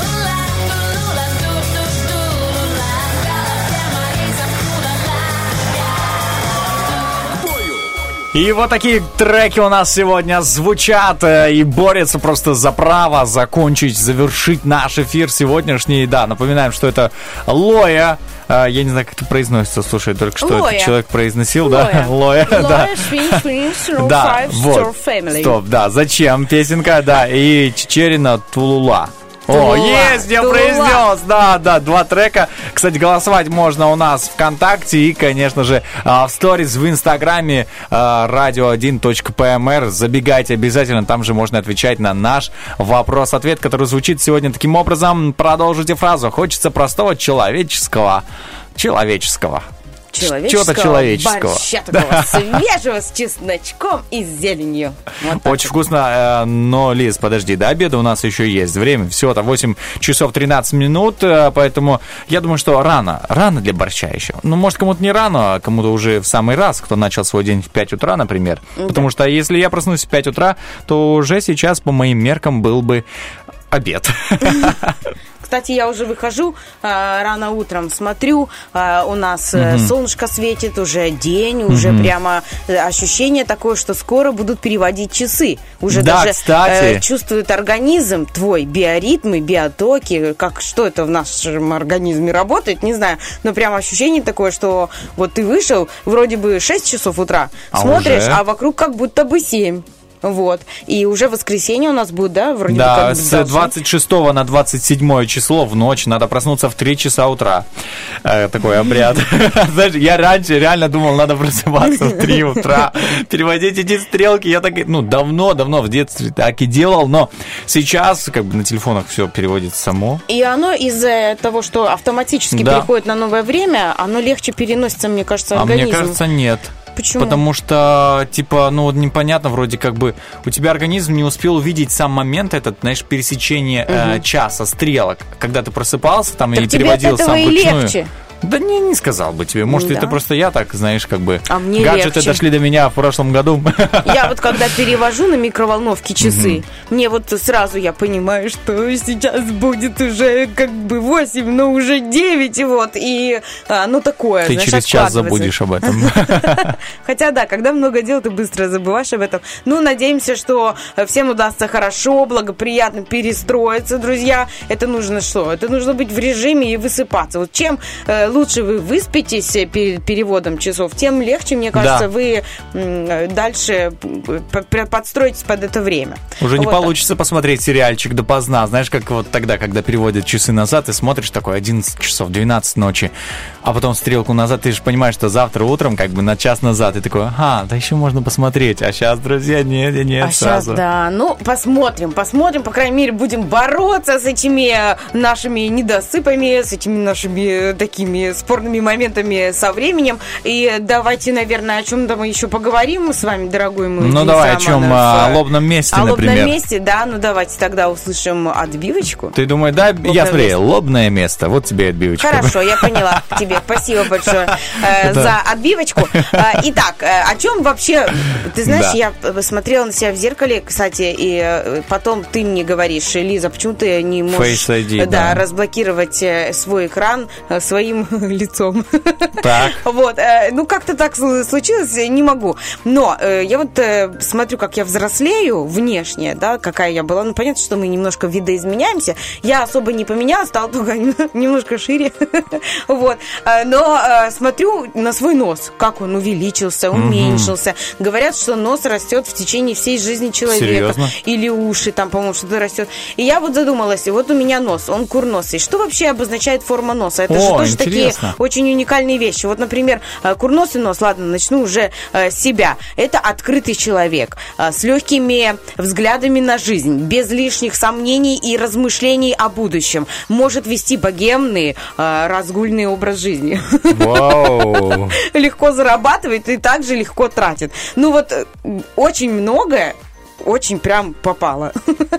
И вот такие треки у нас сегодня звучат э, и борются просто за право закончить, завершить наш эфир сегодняшний. Да, напоминаем, что это Лоя. Э, я не знаю, как это произносится, слушай, только что Лоя. этот человек произносил, Лоя. да? Лоя, да. Лоя, Swing, Swing, Slow, Да, Five вот. Star Family. Стоп, да, зачем песенка, да, и Чичерина Тулула. О, Тулула, есть, я Тулула. произнес, да, да, два трека. Кстати, голосовать можно у нас ВКонтакте и, конечно же, в сторис в Инстаграме радио один точка пи эм эр. Забегайте обязательно, там же можно отвечать на наш вопрос-ответ, который звучит сегодня таким образом. Продолжите фразу. Хочется простого человеческого. Человеческого. Человеческого Чего-то человеческого. борща такого свежего с чесночком и с зеленью. Вот так Очень вот. вкусно, э, но, Лиз, подожди, до обеда у нас еще есть время. Всего-то восемь часов тринадцать минут, э, поэтому я думаю, что рано, рано для борща еще. Ну, может, кому-то не рано, а кому-то уже в самый раз, кто начал свой день в пять утра, например. Да. Потому что если я проснусь в пять утра, то уже сейчас по моим меркам был бы обед. Кстати, я уже выхожу э, рано утром, смотрю, э, у нас э, Мгм. солнышко светит, уже день, уже Мгм. прямо э, ощущение такое, что скоро будут переводить часы. Уже Да, даже кстати. э, чувствует организм твой, биоритмы, биотоки, как что это в нашем организме работает, не знаю, но прямо ощущение такое, что вот ты вышел, вроде бы шесть часов утра, А смотришь, уже? а вокруг как будто бы семь. Вот. И уже воскресенье у нас будет, да, вроде бы Да, как с должны. двадцать шестого на двадцать седьмое число в ночь надо проснуться в три часа утра. Э, такой обряд. Знаешь, я раньше реально думал, надо просыпаться в три утра, переводить эти стрелки. Я так, ну, давно-давно в детстве так и делал, но сейчас как бы на телефонах все переводится само. И оно из-за того, что автоматически Да. переходит на новое время, оно легче переносится, мне кажется, А организмом. мне кажется, нет. Почему? Потому что, типа, ну, вот непонятно, вроде как бы у тебя организм не успел увидеть сам момент этот, знаешь, пересечения э, часа, стрелок, когда ты просыпался там Так и тебе переводил от этого сам и вручную. легче. Да не, не сказал бы тебе. Может, Да. это просто я так, знаешь, как бы... А мне гаджеты легче. дошли до меня в прошлом году. Я вот когда перевожу на микроволновке часы, мне вот сразу я понимаю, что сейчас будет уже как бы восемь, но уже девять, и вот, и а, ну такое, Ты знаешь, через час откладывается. забудешь об этом. Хотя да, когда много дел, ты быстро забываешь об этом. Ну, надеемся, что всем удастся хорошо, благоприятно перестроиться, друзья. Это нужно что? Это нужно быть в режиме и высыпаться. Вот чем э, лучше вы выспитесь перед переводом часов, тем легче, мне кажется, Да. вы м, дальше п- п- подстроитесь под это время. Уже не Вот так. получится посмотреть сериальчик допоздна. Знаешь, как вот тогда, когда переводят часы назад, ты смотришь такой одиннадцать часов, двенадцать ночи, а потом стрелку назад, ты же понимаешь, что завтра утром как бы на час назад, и такой, ага, да еще можно посмотреть. А сейчас, друзья, нет, нет, А сейчас, сразу. да, ну, посмотрим, посмотрим, по крайней мере, будем бороться с этими нашими недосыпами, с этими нашими такими спорными моментами со временем. И давайте, наверное, о чем-то мы еще поговорим с вами, дорогой мой. Ну, Денис давай, о чем? Романов. О лобном месте, О например. лобном месте, да, ну давайте тогда услышим отбивочку. Ты думаешь, да, Лобное я смотри, место. лобное место, вот тебе отбивочка. Хорошо, я поняла тебе. Спасибо большое э, Да. за отбивочку. Э, итак, э, о чем вообще... Ты знаешь, Да. я посмотрела на себя в зеркале, кстати, и э, потом ты мне говоришь, Лиза, почему ты не можешь Face ай ди, э, да, да. разблокировать э, свой экран э, своим лицом? Так. Вот, э, ну как-то так сл- случилось, э, не могу. Но э, я вот э, смотрю, как я взрослею внешне, да, какая я была. Ну, понятно, что мы немножко видоизменяемся. Я особо не поменялась, стала только немножко шире. Вот. Э, Но э, смотрю на свой нос, как он увеличился, уменьшился. Говорят, что нос растет в течение всей жизни человека. Серьезно? Или уши, там, по-моему, что-то растет. И я вот задумалась, и вот у меня нос, он курносый. Что вообще обозначает форма носа? Это О, же тоже такие интересно. очень уникальные вещи. Вот, например, э, курносый нос, ладно, начну уже э, с себя. Это открытый человек, э, с легкими взглядами на жизнь, без лишних сомнений и размышлений о будущем. Может вести богемный, э, разгульный образ жизни. Вау. Легко зарабатывает и также легко тратит. Ну вот, э, очень многое очень прям попало.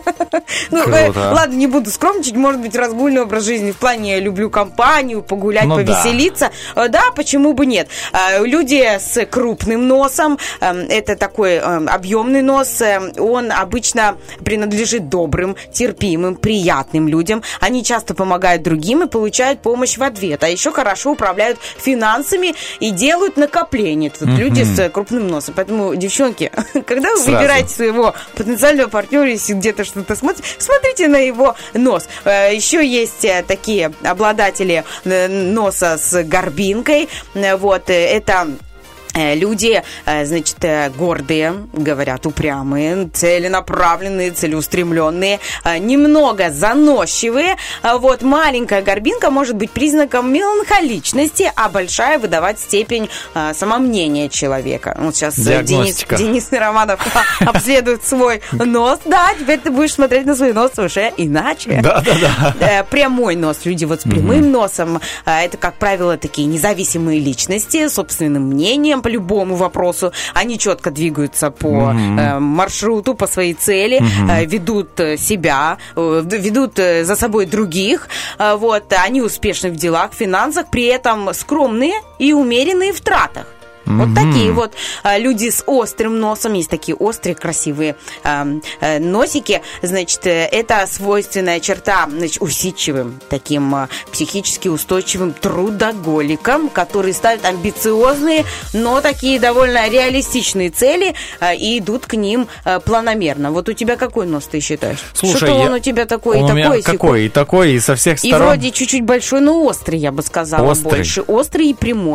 Ну, Круто. э, ладно, не буду скромничать, может быть, разгульный образ жизни в плане я люблю компанию, погулять, Ну да. повеселиться. Э, Да, почему бы нет? Э, Люди с крупным носом, э, это такой э, объемный нос, э, он обычно принадлежит добрым, терпимым, приятным людям. Они часто помогают другим и получают помощь в ответ. А еще хорошо управляют финансами и делают накопления. Тут люди с крупным носом. Поэтому, девчонки, когда вы Сразу. выбираете своего потенциального партнера, если где-то что-то смотрите, смотрите на его нос. Э, Еще есть э, такие обладатели э, носа с горбинкой. Э, Вот, э, это... э, Люди, э, значит, э, гордые, говорят, упрямые, целенаправленные, целеустремленные, э, немного заносчивые. А Вот маленькая горбинка может быть признаком меланхоличности, а большая выдавать степень э, самомнения человека. Вот сейчас э, Денис, Диагностика. Денис Романов обследует свой нос. Да, теперь ты будешь смотреть на свой нос уже иначе. Да, да, да. Э, Прямой нос. Люди вот с прямым носом, э, это, как правило, такие независимые личности с собственным мнением по любому вопросу. Они четко двигаются по э, маршруту, по своей цели, э, ведут э, себя, э, ведут э, за собой других. Э, Вот, они успешны в делах, в финансах, при этом скромные и умеренные в тратах. Вот такие вот а, люди с острым носом. Есть такие острые, красивые а, а, носики. Значит, э, это свойственная черта, значит, усидчивым, таким а, психически устойчивым трудоголикам, которые ставят амбициозные, но такие довольно реалистичные цели а, и идут к ним а, планомерно. Вот у тебя какой нос, ты считаешь? Слушай, Что-то он я- у тебя такой, Он и у меня такой, и сякой. какой, и такой, и со всех И сторон. вроде чуть-чуть большой, но острый, я бы сказала, Острый. больше. Острый и прямой.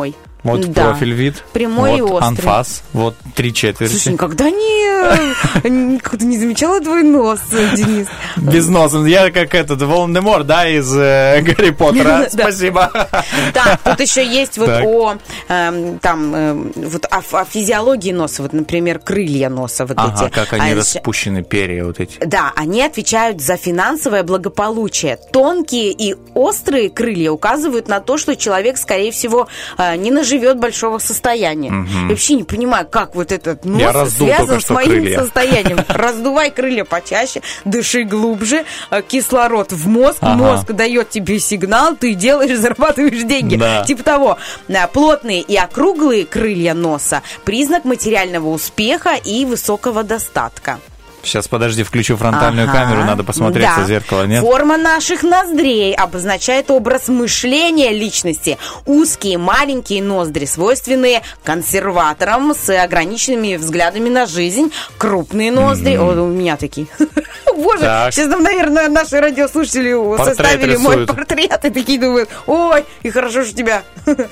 Вот Да. профиль вид. Прямой и вот острый. анфас. Вот три четверти. Слушай, никогда не, никогда не замечала твой нос, Денис. Без носа. Я как этот Волан-де-Мор, да, из э, Гарри Поттера. Да. Спасибо. Так, тут еще есть вот Так. о эм, там эм, вот о, о физиологии носа, вот, например, крылья носа вот Ага, эти. как они А, распущены, перья вот эти. Да, они отвечают за финансовое благополучие. Тонкие и острые крылья указывают на то, что человек, скорее всего, э, не наживет большого состояния. Мгм. Я вообще не понимаю, как вот этот нос Я раздул связан только с что моим крылья. состоянием. Раздувай крылья почаще, дыши глубже, э, кислород в мозг, Ага. мозг дает тебе сигнал, ты делаешь, зарабатываешь деньги. Да. Типа того. Э, Плотные и округлые крылья носа – признак материального успеха и высокого достатка. Сейчас, подожди, включу фронтальную Ага. камеру, надо посмотреть Да. в зеркало, нет? Форма наших ноздрей обозначает образ мышления личности. Узкие, маленькие ноздри, свойственные консерваторам с ограниченными взглядами на жизнь. Крупные ноздри. О, у меня такие. Боже, Так. сейчас нам, наверное, наши радиослушатели Портрет составили мой рисуют. портрет и такие думают, ой, и хорошо, что тебя.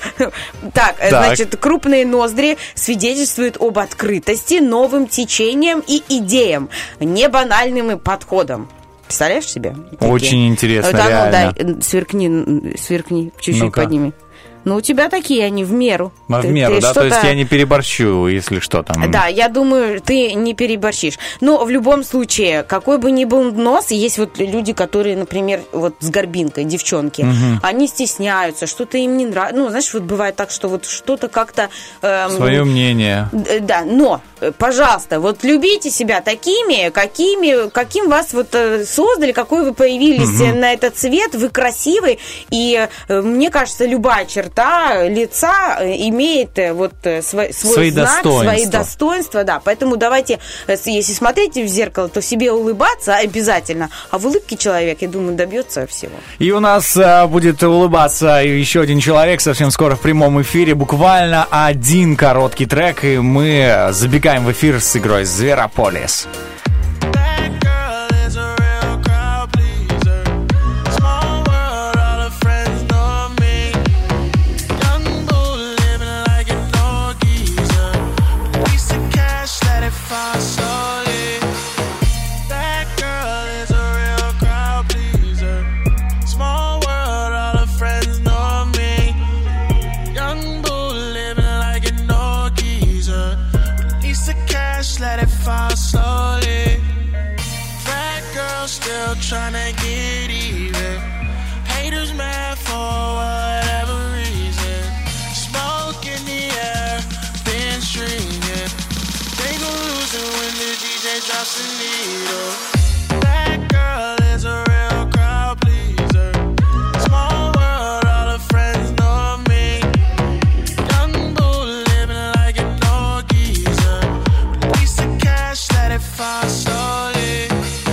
Так, э, Так. значит, крупные ноздри свидетельствуют об открытости новым течениям и идеям, не банальным подходам. Представляешь себе? Такие? Очень интересно, Вот, а ну, реально. дай, сверкни, м, сверкни, чуть-чуть Ну-ка. подними. Ну, у тебя такие, они в меру. А, в Ты- меру, ты да? То есть что-то- я не переборщу, если что там. Да, я думаю, ты не переборщишь. Но в любом случае, какой бы ни был нос, есть вот люди, которые, например, вот с горбинкой, девчонки, Мгм. они стесняются, что-то им не нравится. Ну, знаешь, вот бывает так, что вот что-то как-то... эм, Свое мнение. Д- Да, но, э, пожалуйста, вот любите себя такими, какими, каким вас вот э, создали, какой вы появились Мгм. э, на этот свет, вы красивый, и э, мне кажется, любая черта лица э, имеет э, вот э, свой, свой Свои знак, свои достоинства. достоинства, да, поэтому давайте, э, с- если смотрите в зеркало, то себе улыбаться обязательно, а в улыбке человек, я думаю, добьется всего. И у нас а, будет улыбаться еще один человек совсем скоро в прямом эфире. Буквально один короткий трек, и мы забегаем в эфир с игрой «Зверополис». Let it fall slowly. Fat girl still tryna get even. Haters mad for whatever reason. Smoke in the air, been streaming. They gon' lose it when the D J drops the needle. That girl is a real crowd pleaser. Small world, all her friends know me. Young bull living like an old geezer. Release the cash, let it fall slowly.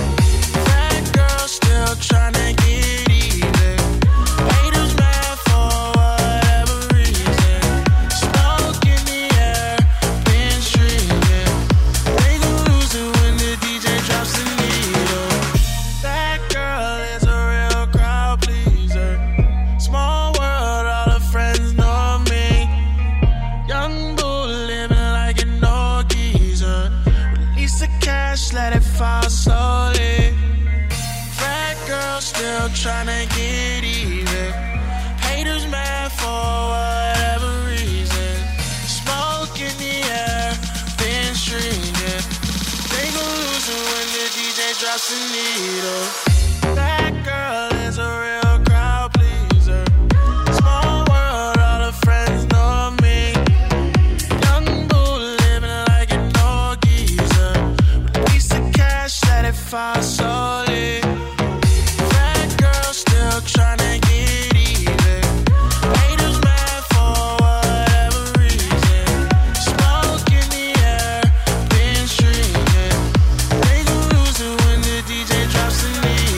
That girl still tryna get even. Haters mad for whatever reason. Smoke in the air, been streaming. They gon' lose it when the D J drops the needle. That girl is a real crowd pleaser. Small world, all her friends know me. Young bull living like an old geezer. Release the cash, let it fall slowly. Fat girl still tryna get even. Haters mad for whatever reason. Smoke in the air, been streaming. They gon' lose it when the D J drops the needle. That girl is a real crowd pleaser. Small world, all her friends know me. Young bull living like an old geezer. Release the cash, let it fall slowly. Fat girl still tryna get even. Haters mad for whatever reason. Smoke in the air, been streaming. They gon' lose it when the D J drops the needle.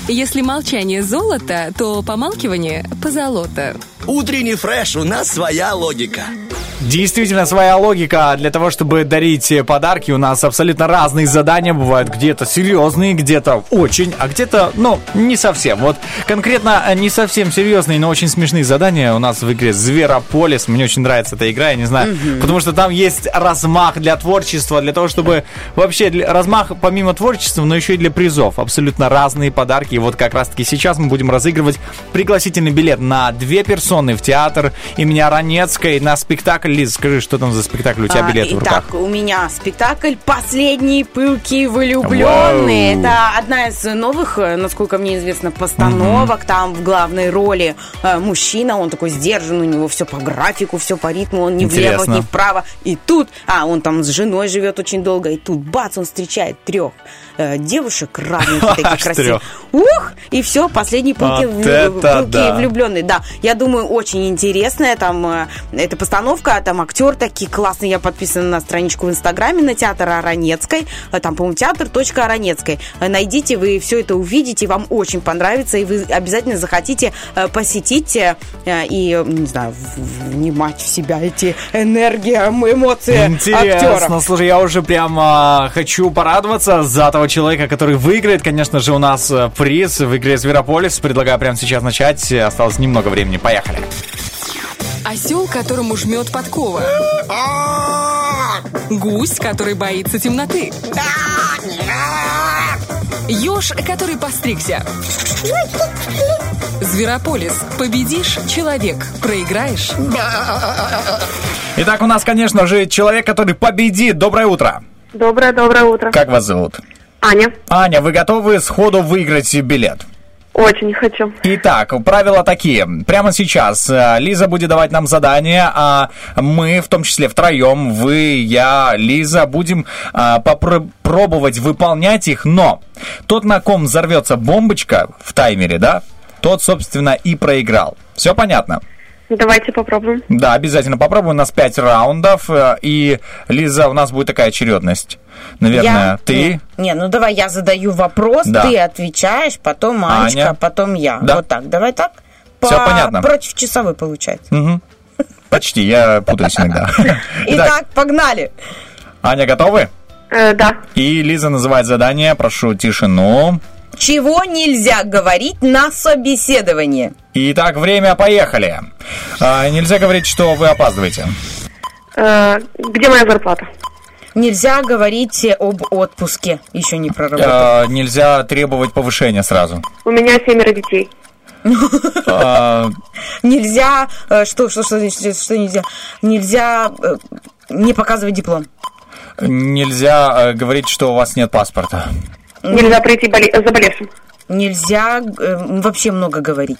Если молчание золото, то помалкивание позолото. Утренний фреш, у нас своя логика. Действительно, своя логика. Для того, чтобы дарить подарки, у нас абсолютно разные задания бывают. Где-то серьезные, где-то очень, а где-то, ну, не совсем. Вот конкретно не совсем серьезные, но очень смешные задания у нас в игре «Зверополис». Мне очень нравится эта игра, я не знаю, mm-hmm. потому что там есть размах для творчества, для того, чтобы вообще для, размах помимо творчества, но еще и для призов. Абсолютно разные подарки. И вот как раз-таки сейчас мы будем разыгрывать пригласительный билет на две персоны в театр имени Аронецкой на спектакль. Лиза, скажи, что там за спектакль? У тебя билет а, в руках. Итак, у меня спектакль «Последние пылкие влюбленные». Вау. Это одна из новых, насколько мне известно, постановок. Mm-hmm. Там в главной роли э, мужчина, он такой сдержан, у него все по графику, все по ритму, он ни влево, ни вправо. И тут, а, он там с женой живет очень долго, и тут, бац, он встречает трех э, девушек разных, таких красивых. Ух! И все, «Последние пылкие вот влюбленные». Да, я думаю, очень интересная там э, эта постановка. Там актер такие классные. Я подписана на страничку в Инстаграме на театр Аронецкой. Там, по-моему, театр точка аронецкой. Найдите, вы все это увидите, вам очень понравится, и вы обязательно захотите посетить и, не знаю, внимать в себя эти энергии, эмоции Интересно. актера. Слушай, я уже прям а, хочу порадоваться за того человека, который выиграет. Конечно же, у нас приз в игре «Зверополис». Предлагаю прямо сейчас начать. Осталось немного времени. Поехали. Осел, которому жмет подкова. Гусь, который боится темноты. Ёж, который постригся. Зверополис. Победишь — человек. Проиграешь. Итак, у нас, конечно же, человек, который победит. Доброе утро. Доброе-доброе утро. Как вас зовут? Аня. Аня, вы готовы сходу выиграть билет? Очень хочу. Итак, правила такие. Прямо сейчас Лиза будет давать нам задание, а мы, в том числе втроем, вы, я, Лиза, будем а, попробовать выполнять их, но тот, на ком взорвется бомбочка в таймере, да, тот, собственно, и проиграл. Все понятно? Давайте попробуем. Да, обязательно попробуем. У нас пять раундов, и, Лиза, у нас будет такая очередность. Наверное, я? ты... Не, не, ну давай я задаю вопрос, да. Ты отвечаешь, потом Анечка, Аня. Потом я. Да. Вот так, давай так. Все По... понятно. Против часовой получается. Угу. Почти, я путаюсь иногда. Итак, погнали. Аня, готовы? Э, да. И Лиза называет задание, прошу тишину. Чего нельзя говорить на собеседовании? Итак, время, поехали. А, нельзя говорить, что вы опаздываете. Э, где моя зарплата? Нельзя говорить об отпуске, еще не проработал. А, нельзя требовать повышения сразу. У меня семеро детей. Нельзя... Что, что, что, что нельзя? Нельзя не показывать диплом. Нельзя говорить, что у вас нет паспорта. Нельзя прийти заболевшим. Нельзя вообще много говорить.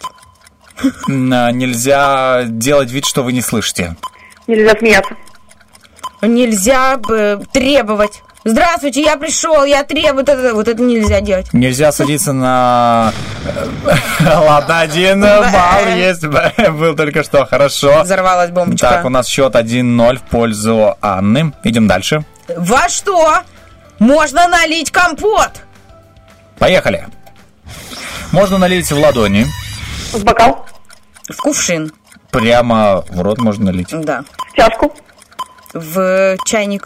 Нельзя делать вид, что вы не слышите. Нельзя смеяться. Нельзя э, требовать. Здравствуйте, я пришел, я требую. Это, вот это нельзя делать. Нельзя садиться на... Ладно, один балл есть. Был только что, хорошо. Взорвалась бомбочка. Так, у нас счет один ноль в пользу Анны. Идем дальше. Во что можно налить компот? Поехали. Можно налить в ладони. В бокал. В кувшин. Прямо в рот можно налить. Да. В чашку. В чайник.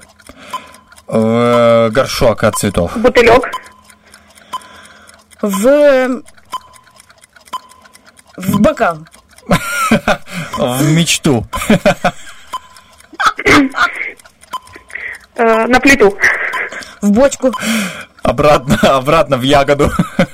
В горшок от цветов. В бутылек. В... В бокал. В мечту. На плиту. В бочку. Обратно, обратно в ягоду.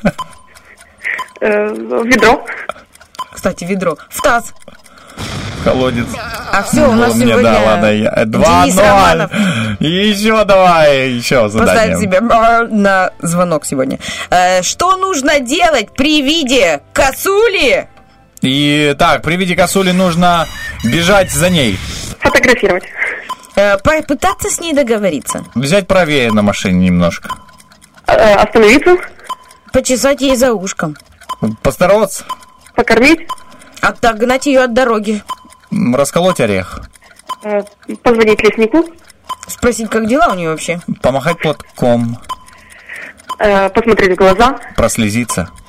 В ведро. Кстати, ведро. В таз. Колодец. А все, у нас мне, сегодня да, ладно, я... два ноль. Еще давай, еще задание. Поставь себе на звонок сегодня. Что нужно делать при виде косули? И так, при виде косули нужно бежать за ней. Фотографировать. Попытаться с ней договориться. Взять правее на машине немножко. Остановиться. Почесать ей за ушком. Поздороваться. Покормить. Отогнать ее от дороги. Расколоть орех. Позвонить леснику. Спросить, как дела у нее вообще. Помахать платком. Посмотреть в глаза. Прослезиться.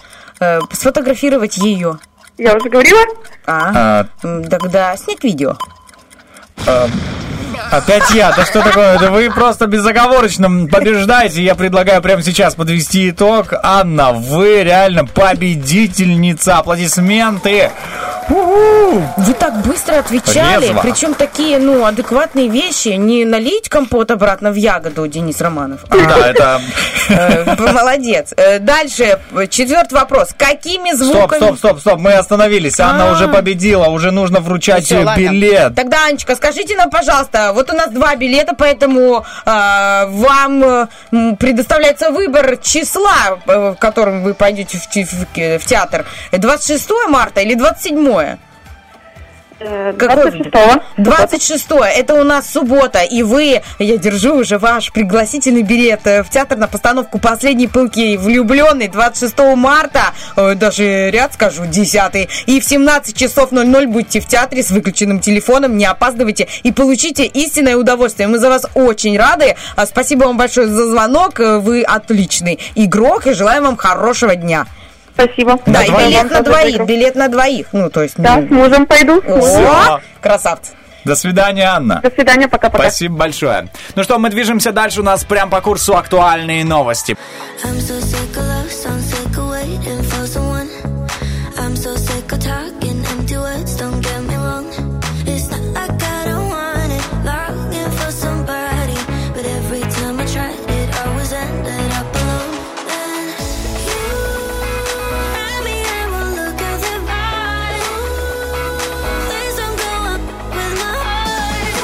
Э, сфотографировать ее. Я уже говорила? А, м, тогда снять видео. А, опять я, да что такое? Да вы просто безоговорочно побеждаете. Я предлагаю прямо сейчас подвести итог. Анна, вы реально победительница. Аплодисменты. У-у-у. Вы так быстро отвечали, Резво. причем такие, ну, адекватные вещи. Не налить компот обратно в ягоду, Денис Романов. Да, это... Э, Молодец. Э, Дальше, четвертый вопрос. Какими Стоп, звуками... стоп, стоп, стоп, мы остановились. Анна А. уже победила, уже нужно вручать Всё, ладно. билет. Тогда, Анечка, скажите нам, пожалуйста, вот у нас два билета, поэтому э, вам э, м, предоставляется выбор числа, э, в котором вы пойдете в, те- в, ке- в театр. двадцать шестое марта или двадцать седьмое? двадцать шестого. двадцать шестое. Это у нас суббота, и вы, я держу уже ваш пригласительный билет э, в театр на постановку «Последний пылкий влюбленный» двадцать шестого марта, э, даже ряд скажу, десятый, и в семнадцать часов ноль ноль будьте в театре с выключенным телефоном, не опаздывайте и получите истинное удовольствие. Мы за вас очень рады. А, Спасибо вам большое за звонок. Э, Вы отличный игрок, и желаем вам хорошего дня. Спасибо. Да, На и двоих. билет на двоих, билет на двоих. Ну, то есть... Да, ну, с мужем пойду. О, красавцы. До свидания, Анна. До свидания, пока-пока. Спасибо большое. Ну что, мы движемся дальше. У нас прям по курсу актуальные новости. I'm so sick of love, so I'm sick of waiting for someone. I'm so sick of talking empty words, don't get me wrong. It's not like I don't want it, longing for somebody. But every time I tried, it always ended up alone. And you had me and we'll look at the body. Please don't go up with my heart.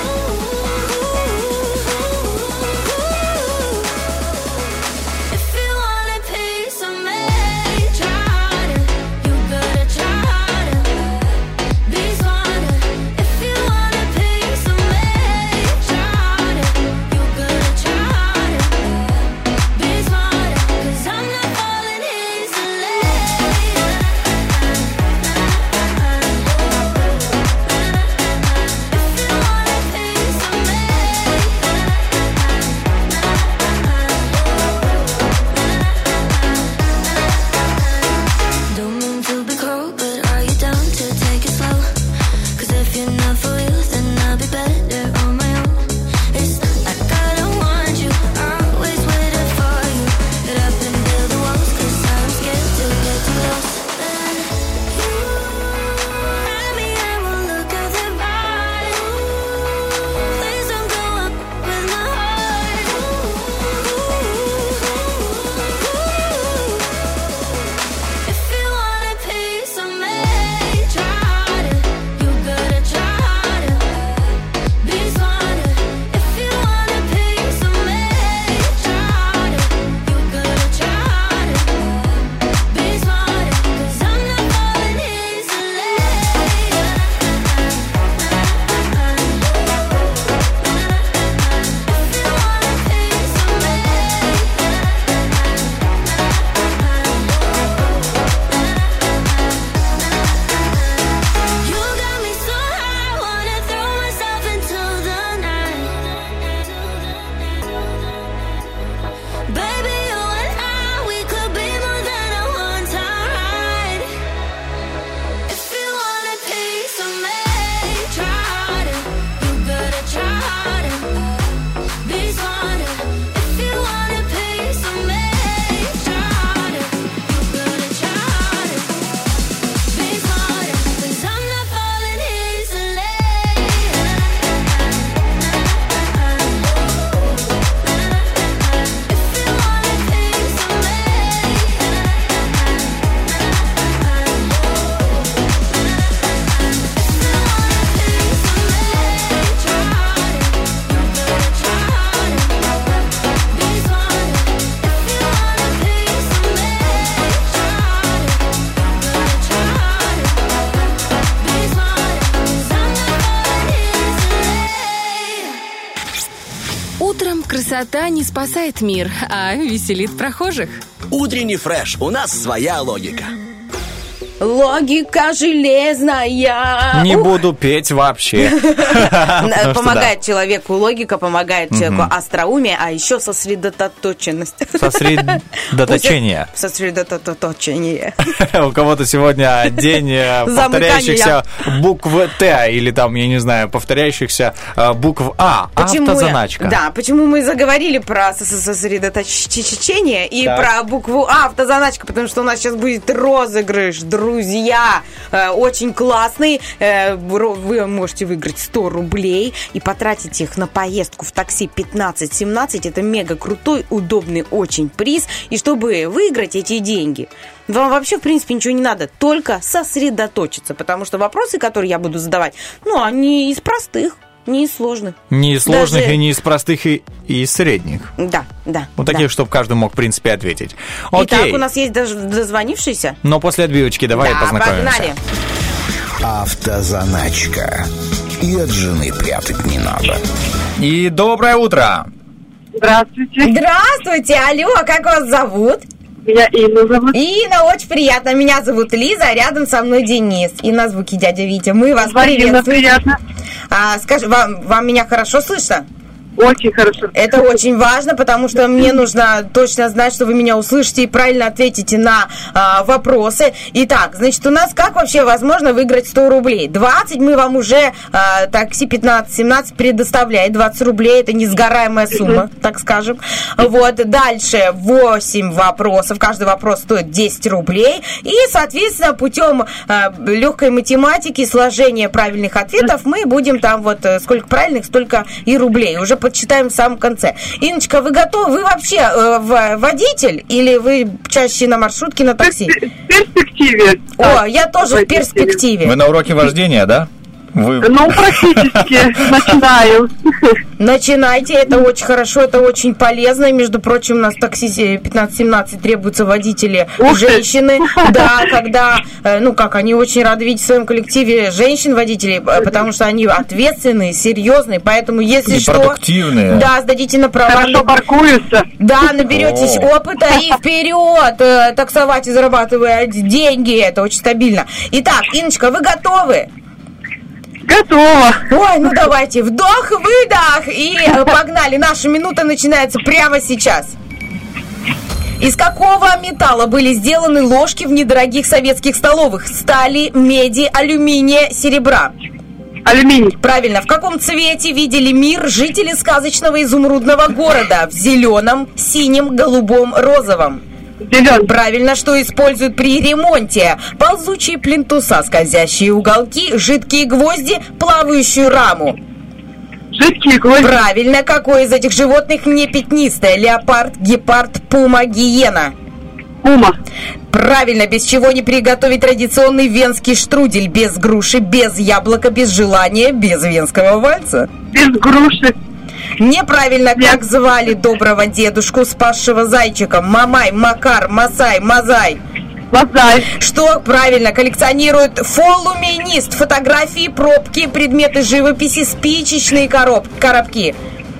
If you want a piece of me, try to. You gotta try to be smarter. If you want a piece of me, try to. You gotta try to be smarter. 'Cause I'm not falling easily. Don't mean to be cold, but are you down to take it slow? 'Cause if you're not for real, then I'll be better on my own. It's not like I don't want you, always waiting for you. Get up and build the walls, 'cause I'm scared to get too close. And you had me and we'll look at the body. Please don't go up with my heart. If you want a piece of me, try to. You gotta try to be smarter. If you want a piece of me, try to. You gotta try to be smarter. 'Cause I'm not falling easily. You got me so high, wanna throw myself into the night. Baby, you and I, we could be more than a one-time ride. If you want a piece of me, try to. You gotta try to be smarter. If you want a piece of me, try to. You gotta try to be smarter. 'Cause I'm not falling easily. Утром красота не спасает мир, а веселит прохожих. Утренний фреш. У нас своя логика. Логика железная. Не буду петь вообще. Помогает человеку логика, помогает человеку остроумие, а еще сосредоточенность. Сосредоточение. Сосредоточение. У кого-то сегодня день повторяющихся букв Т, или там, я не знаю, повторяющихся букв А. Автозаначка. Да, почему мы заговорили про сосредоточение и про букву А, автозаначка, потому что у нас сейчас будет розыгрыш, друзья, очень классный. Вы можете выиграть сто рублей и потратить их на поездку в такси пятнадцать семнадцать. Это мега крутой, удобный очень приз. И чтобы выиграть эти деньги, вам вообще, в принципе, ничего не надо, только сосредоточиться, потому что вопросы, которые я буду задавать, ну, они из простых, не из сложных. Не из сложных Даже... и не из простых, и, и из средних. Да, да. Вот таких, да. чтобы каждый мог, в принципе, ответить. Окей. Итак, у нас есть даже дозвонившийся. Но после отбивочки давай да, познакомимся. Погнали. Автозаначка. И от жены прятать не надо. И доброе утро. Здравствуйте. Здравствуйте, алло, как вас зовут? Меня Инна зовут. Инна, очень приятно. Меня зовут Лиза, а рядом со мной Денис. И на звуки дядя Витя. Мы вас приветствуем. Приятно. А, скажи, вам, вам меня хорошо слышно? Очень хорошо. Это очень важно, потому что мне нужно точно знать, что вы меня услышите и правильно ответите на а, вопросы. Итак, значит, у нас как вообще возможно выиграть сто рублей? двадцать мы вам уже а, такси пятнадцать семнадцать предоставляет. двадцать рублей – это несгораемая сумма, так скажем. Вот, дальше восемь вопросов. Каждый вопрос стоит десять рублей. И, соответственно, путем а, легкой математики, сложения правильных ответов мы будем там вот сколько правильных, столько и рублей. Уже подсчитаем в самом конце. Инночка, вы готовы? Вы вообще э, водитель или вы чаще на маршрутке, на такси? В перспективе. О, я тоже в перспективе. Вы на уроке вождения, да? Вы... Ну, практически начинаю. Начинайте, это очень хорошо, это очень полезно. И, между прочим, у нас в такси пятнадцать семнадцать требуются водители женщины. Да, когда, ну как, они очень рады видеть в своем коллективе женщин-водителей, потому что они ответственные, серьезные, поэтому если что... продуктивные. Да, сдадите на права. Хорошо паркуются. Да, наберетесь О. опыта и вперед таксовать и зарабатывать деньги, это очень стабильно. Итак, Инночка, вы готовы? Готово. Ой, ну давайте, вдох, выдох и погнали. Наша минута начинается прямо сейчас. Из какого металла были сделаны ложки в недорогих советских столовых? Стали, меди, алюминия, серебра. Алюминий. Правильно. В каком цвете видели мир жители сказочного изумрудного города? В зеленом, синем, голубом, розовом. Зеленый. Правильно, что используют при ремонте? Ползучие плинтуса, скользящие уголки, жидкие гвозди, плавающую раму. Жидкие гвозди. Правильно, какое из этих животных не пятнистое? Леопард, гепард, пума, гиена. Пума. Правильно, без чего не приготовить традиционный венский штрудель? Без груши, без яблока, без желания, без венского вальса. Без груши. Неправильно, как звали доброго дедушку, спасшего зайчиком? Мамай, Макар, Масай, Мазай. Мазай. Что правильно коллекционирует фолуменист? Фотографии, пробки, предметы живописи, спичечные короб... коробки.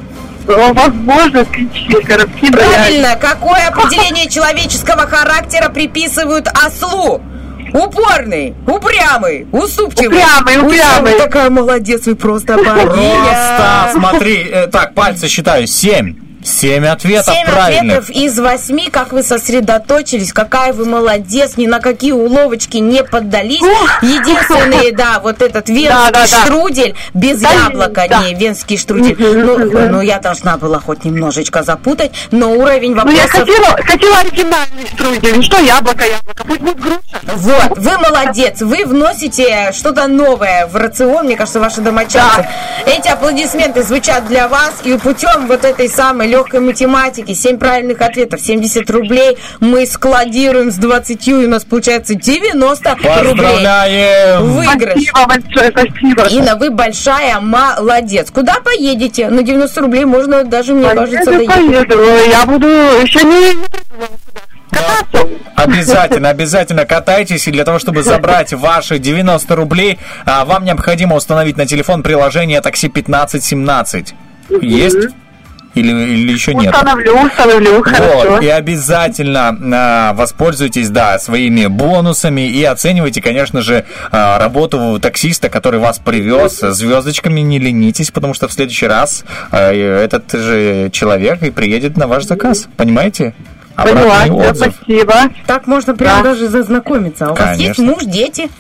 Возможно, спичечные коробки. Правильно, какое определение человеческого характера приписывают ослу? Упорный, упрямый, уступчивый. Упрямый, упрямый. Вы такая молодец, вы просто богиня. Просто, смотри, э, так, пальцы считаю, семь. Семь ответов Семь правильных. ответов из восьми. Как вы сосредоточились, какая вы молодец, ни на какие уловочки не поддались. Единственный, да, вот этот венский да, да, штрудель без да, яблока, да. не венский штрудель. Ну, ну, я должна была хоть немножечко запутать, но уровень Ну, вопросов... я хотела, хотела оригинальный штрудель. Ну, что яблоко, яблоко, пусть будет груша. Вот, вы молодец, вы вносите что-то новое в рацион, мне кажется, ваши домочадцы. Да. Эти аплодисменты звучат для вас, и путем вот этой самой легкой математики, семь правильных ответов, семьдесят рублей мы складируем с двадцатью, и у нас получается девяносто рублей. Поздравляем! Выигрыш. Спасибо большое, спасибо. Инна, вы большая молодец. Куда поедете? На девяносто рублей можно даже, мне поеду, кажется, доехать. Поеду, я буду еще не... кататься. Обязательно, обязательно катайтесь, и для того, чтобы забрать ваши девяносто рублей, вам необходимо установить на телефон приложение такси пятнадцать семнадцать. Есть? Или, или еще нет? Установлю, установлю, хорошо. Вот, и обязательно а, воспользуйтесь, да, своими бонусами и оценивайте, конечно же, а, работу таксиста, который вас привез. Звездочками не ленитесь, потому что в следующий раз а, этот же человек и приедет на ваш заказ. Понимаете? Поняла, да, спасибо. Так можно прям да. даже зазнакомиться. А у Конечно. вас есть муж, дети?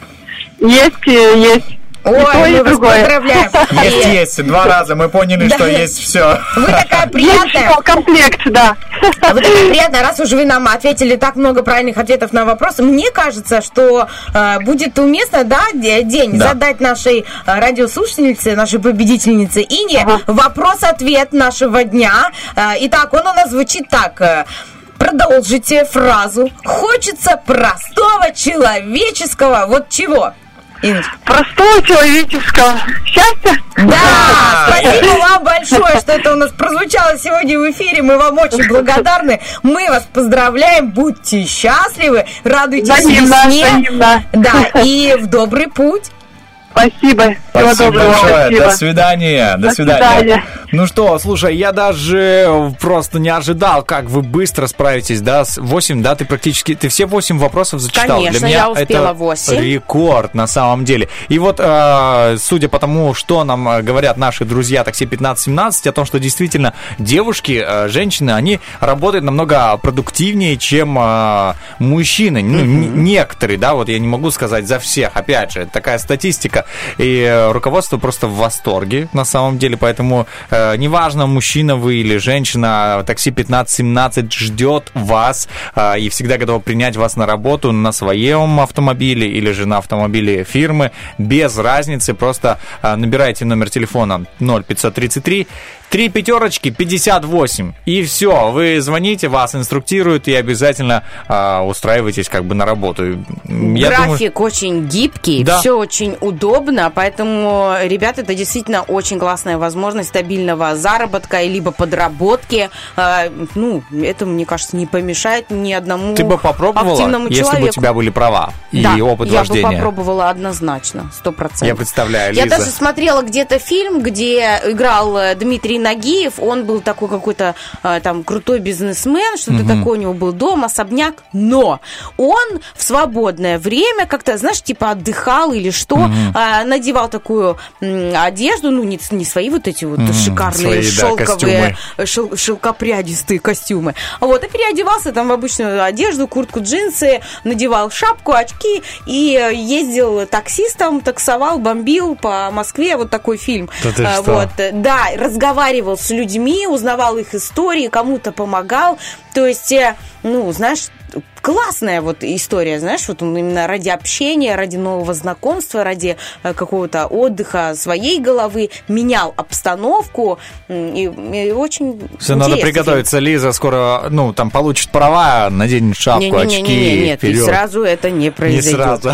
Есть, есть. Ой, и то, мы и вас другое. поздравляем. Есть, есть. Два раза мы поняли, Да. что есть все. Вы такая приятная. Есть комплект, да. Вы такая приятная, раз уж вы нам ответили так много правильных ответов на вопросы. Мне кажется, что э, будет уместно, да, день Да. задать нашей э, радиослушательнице, нашей победительнице Ине Ага. вопрос-ответ нашего дня. Э, итак, он у нас звучит так. э, Продолжите фразу. Хочется простого человеческого. Вот чего? Инночка. Простого человеческого счастья. Да, спасибо вам большое, что это у нас прозвучало сегодня в эфире. Мы вам очень благодарны. Мы вас поздравляем. Будьте счастливы, радуйтесь Взаимно, весне. взаимно. Да, и в добрый путь. Спасибо. Всего Спасибо доброго. большое. Спасибо. До свидания. До, До свидания. свидания. Ну что, слушай, я даже просто не ожидал, как вы быстро справитесь, да, с восемь, да, ты практически, ты все восемь вопросов зачитал. Конечно, Для меня я успела это восемь. рекорд на самом деле. И вот, э, судя по тому, что нам э, говорят наши друзья такси пятнадцать семнадцать, о том, что действительно девушки, э, женщины, они работают намного продуктивнее, чем э, мужчины. Ну, н- некоторые, да, вот я не могу сказать за всех, опять же, такая статистика. И э, руководство просто в восторге на самом деле, поэтому э, неважно, мужчина вы или женщина, такси пятнадцать семнадцать ждет вас э, и всегда готов принять вас на работу на своем автомобиле или же на автомобиле фирмы, без разницы, просто э, набирайте номер телефона ноль пятьсот тридцать три Три пятерочки, пятьдесят восемь. И все, вы звоните, вас инструктируют и обязательно э, устраивайтесь как бы на работу. Я График думаю... очень гибкий, Да. все очень удобно, поэтому, ребят, это действительно очень классная возможность стабильного заработка, либо подработки. Э, ну, это, мне кажется, не помешает ни одному Ты бы попробовала, активному если человеку. бы у тебя были права и Да, опыт я вождения? бы попробовала однозначно, сто процентов. Я представляю, Я Лиза. даже смотрела где-то фильм, где играл э, Дмитрий Нагиев. Он был такой какой-то э, там крутой бизнесмен, что-то Мгм. такое у него был дом, особняк. Но он в свободное время как-то, знаешь, типа отдыхал или что, Мгм. э, надевал такую м, одежду, ну, не, не свои вот эти вот Мгм, шикарные свои, да, шелковые, шел- шелкопрядистые костюмы. Вот, и переодевался там в обычную одежду, куртку, джинсы, надевал шапку, очки и э, ездил таксистом, таксовал, бомбил по Москве. Вот такой фильм. Да ты А, что? Вот, э, да, разговаривал с людьми, узнавал их истории, кому-то помогал. То есть, э, ну, знаешь, классная вот история, знаешь, вот он именно ради общения, ради нового знакомства, ради э, какого-то отдыха своей головы менял обстановку, м, и, и очень Все, надо интересный приготовиться. Лиза скоро, ну, там, получит права, наденет шапку, фильм. очки. Не-не-не, нет, и вперед. сразу это не Не произойдет. сразу.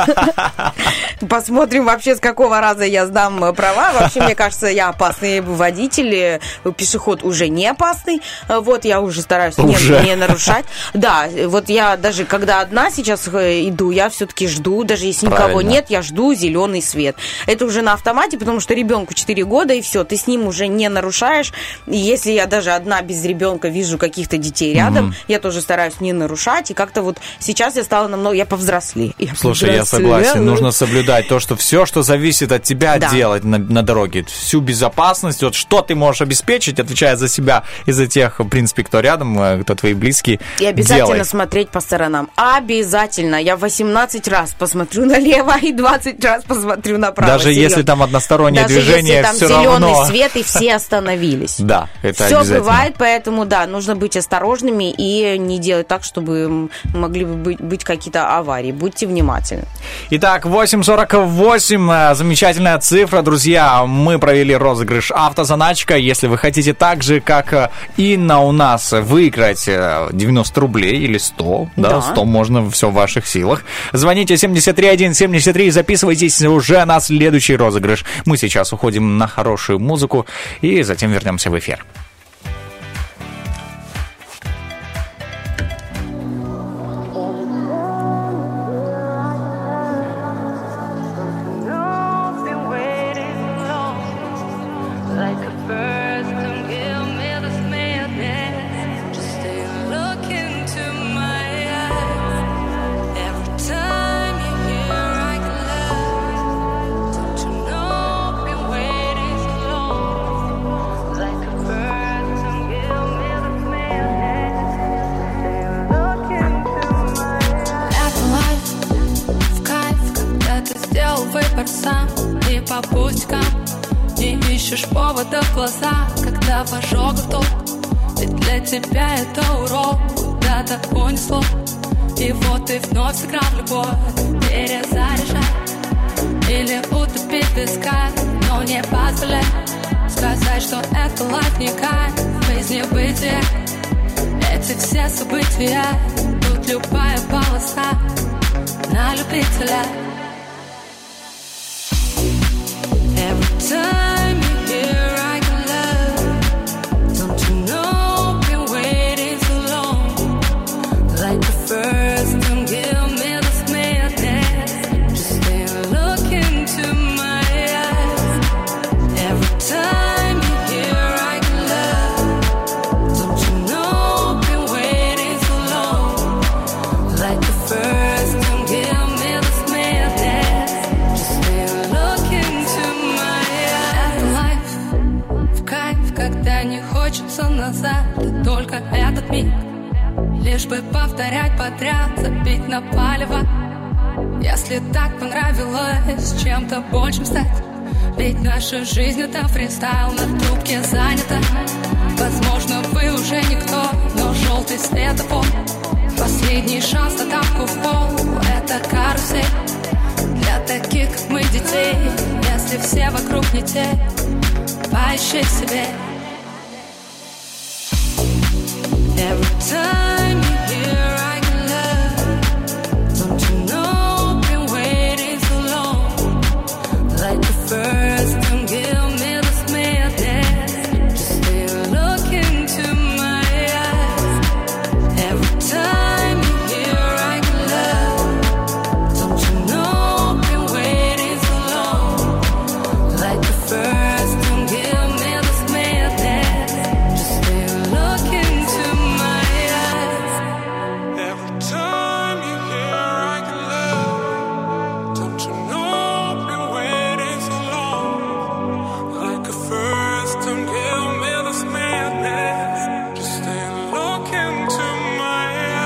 Посмотрим вообще, с какого раза я сдам э, права. Вообще, мне кажется, я опасный водитель, э, пешеход уже не опасный. Э, Вот, я уже стараюсь не, Уже. не нарушать. Да, э, вот я даже когда одна сейчас э, иду, я все-таки жду, даже если никого Правильно. нет, я жду зеленый свет. Это уже на автомате, потому что ребенку четыре года, и все, ты с ним уже не нарушаешь. И если я даже одна без ребенка вижу каких-то детей рядом, Мгм. я тоже стараюсь не нарушать. И как-то вот сейчас я стала намного, я повзрослее. Я Слушай, я повзрослела. согласен. Нужно соблюдать то, что все, что зависит от тебя, Да. делать на, на дороге. Всю безопасность, вот что ты можешь обеспечить, отвечая за себя и за тех, в принципе, кто рядом, э, кто твои близкие, И обязательно делай. смотреть по сторонам. Обязательно. Я восемнадцать раз посмотрю налево и двадцать раз посмотрю направо. Даже Серьезно. если там одностороннее Даже движение, если там все зеленый равно. свет и все остановились. Да, это Все обязательно. бывает, поэтому, да, нужно быть осторожными и не делать так, чтобы м, могли бы быть, быть какие-то аварии. Будьте внимательны. Итак, восемь сорок восемь, э, замечательная цифра, друзья. Мы провели розыгрыш «Автозаначка». Если вы хотите так же, как э, Инна у нас, выиграть э, девяносто рублей или сто, да, Да. сто можно, все в ваших силах. Звоните семьдесят три один семьдесят три, записывайтесь уже на следующий розыгрыш. Мы сейчас уходим на хорошую музыку и затем вернемся в эфир. Like a first, come give сам и по пустякам. Не ищешь повода в глаза, когда в ожогах толк. Ведь для тебя это урок, куда-то унесло. И вот ты вновь сыграл в любовь, перезаряжай. Или утопить в песках, но не позволяй сказать, что это лайф не кайф, жизнь бытие. Эти все события, тут любая полоса на любителя. Every time you hear I can love, don't you know, been waiting so long. Like the first time, give me this madness. Just stay and look into my eyes. Every time you hear I can love, don't you know, been waiting so long. Like the first time, give me this madness. Just stay and look into my eyes. Это life, в кайф, когда не хочется назад, и только этот миг. Лишь бы повторять подряд, забить на палево. Если так понравилось чем-то большим стать. Ведь наша жизнь это фристайл, на трубке занята. Возможно, вы уже никто, но желтый светофор. Последний шанс на тапку в пол, это карусель. Для таких, как мы, детей, если все вокруг не те, поищи в себе. Every time you hear I can love, don't you know, been waiting so long. Like the first time, give me this madness. Just stay and look into my eyes. Every time you hear I can love, don't you know, been waiting so long. Like the first time, give me this madness. Just stay and look into my eyes. Every time you hear I can love, don't you know, been waiting so long. Like a first time, give me this madness. Just stay and look into my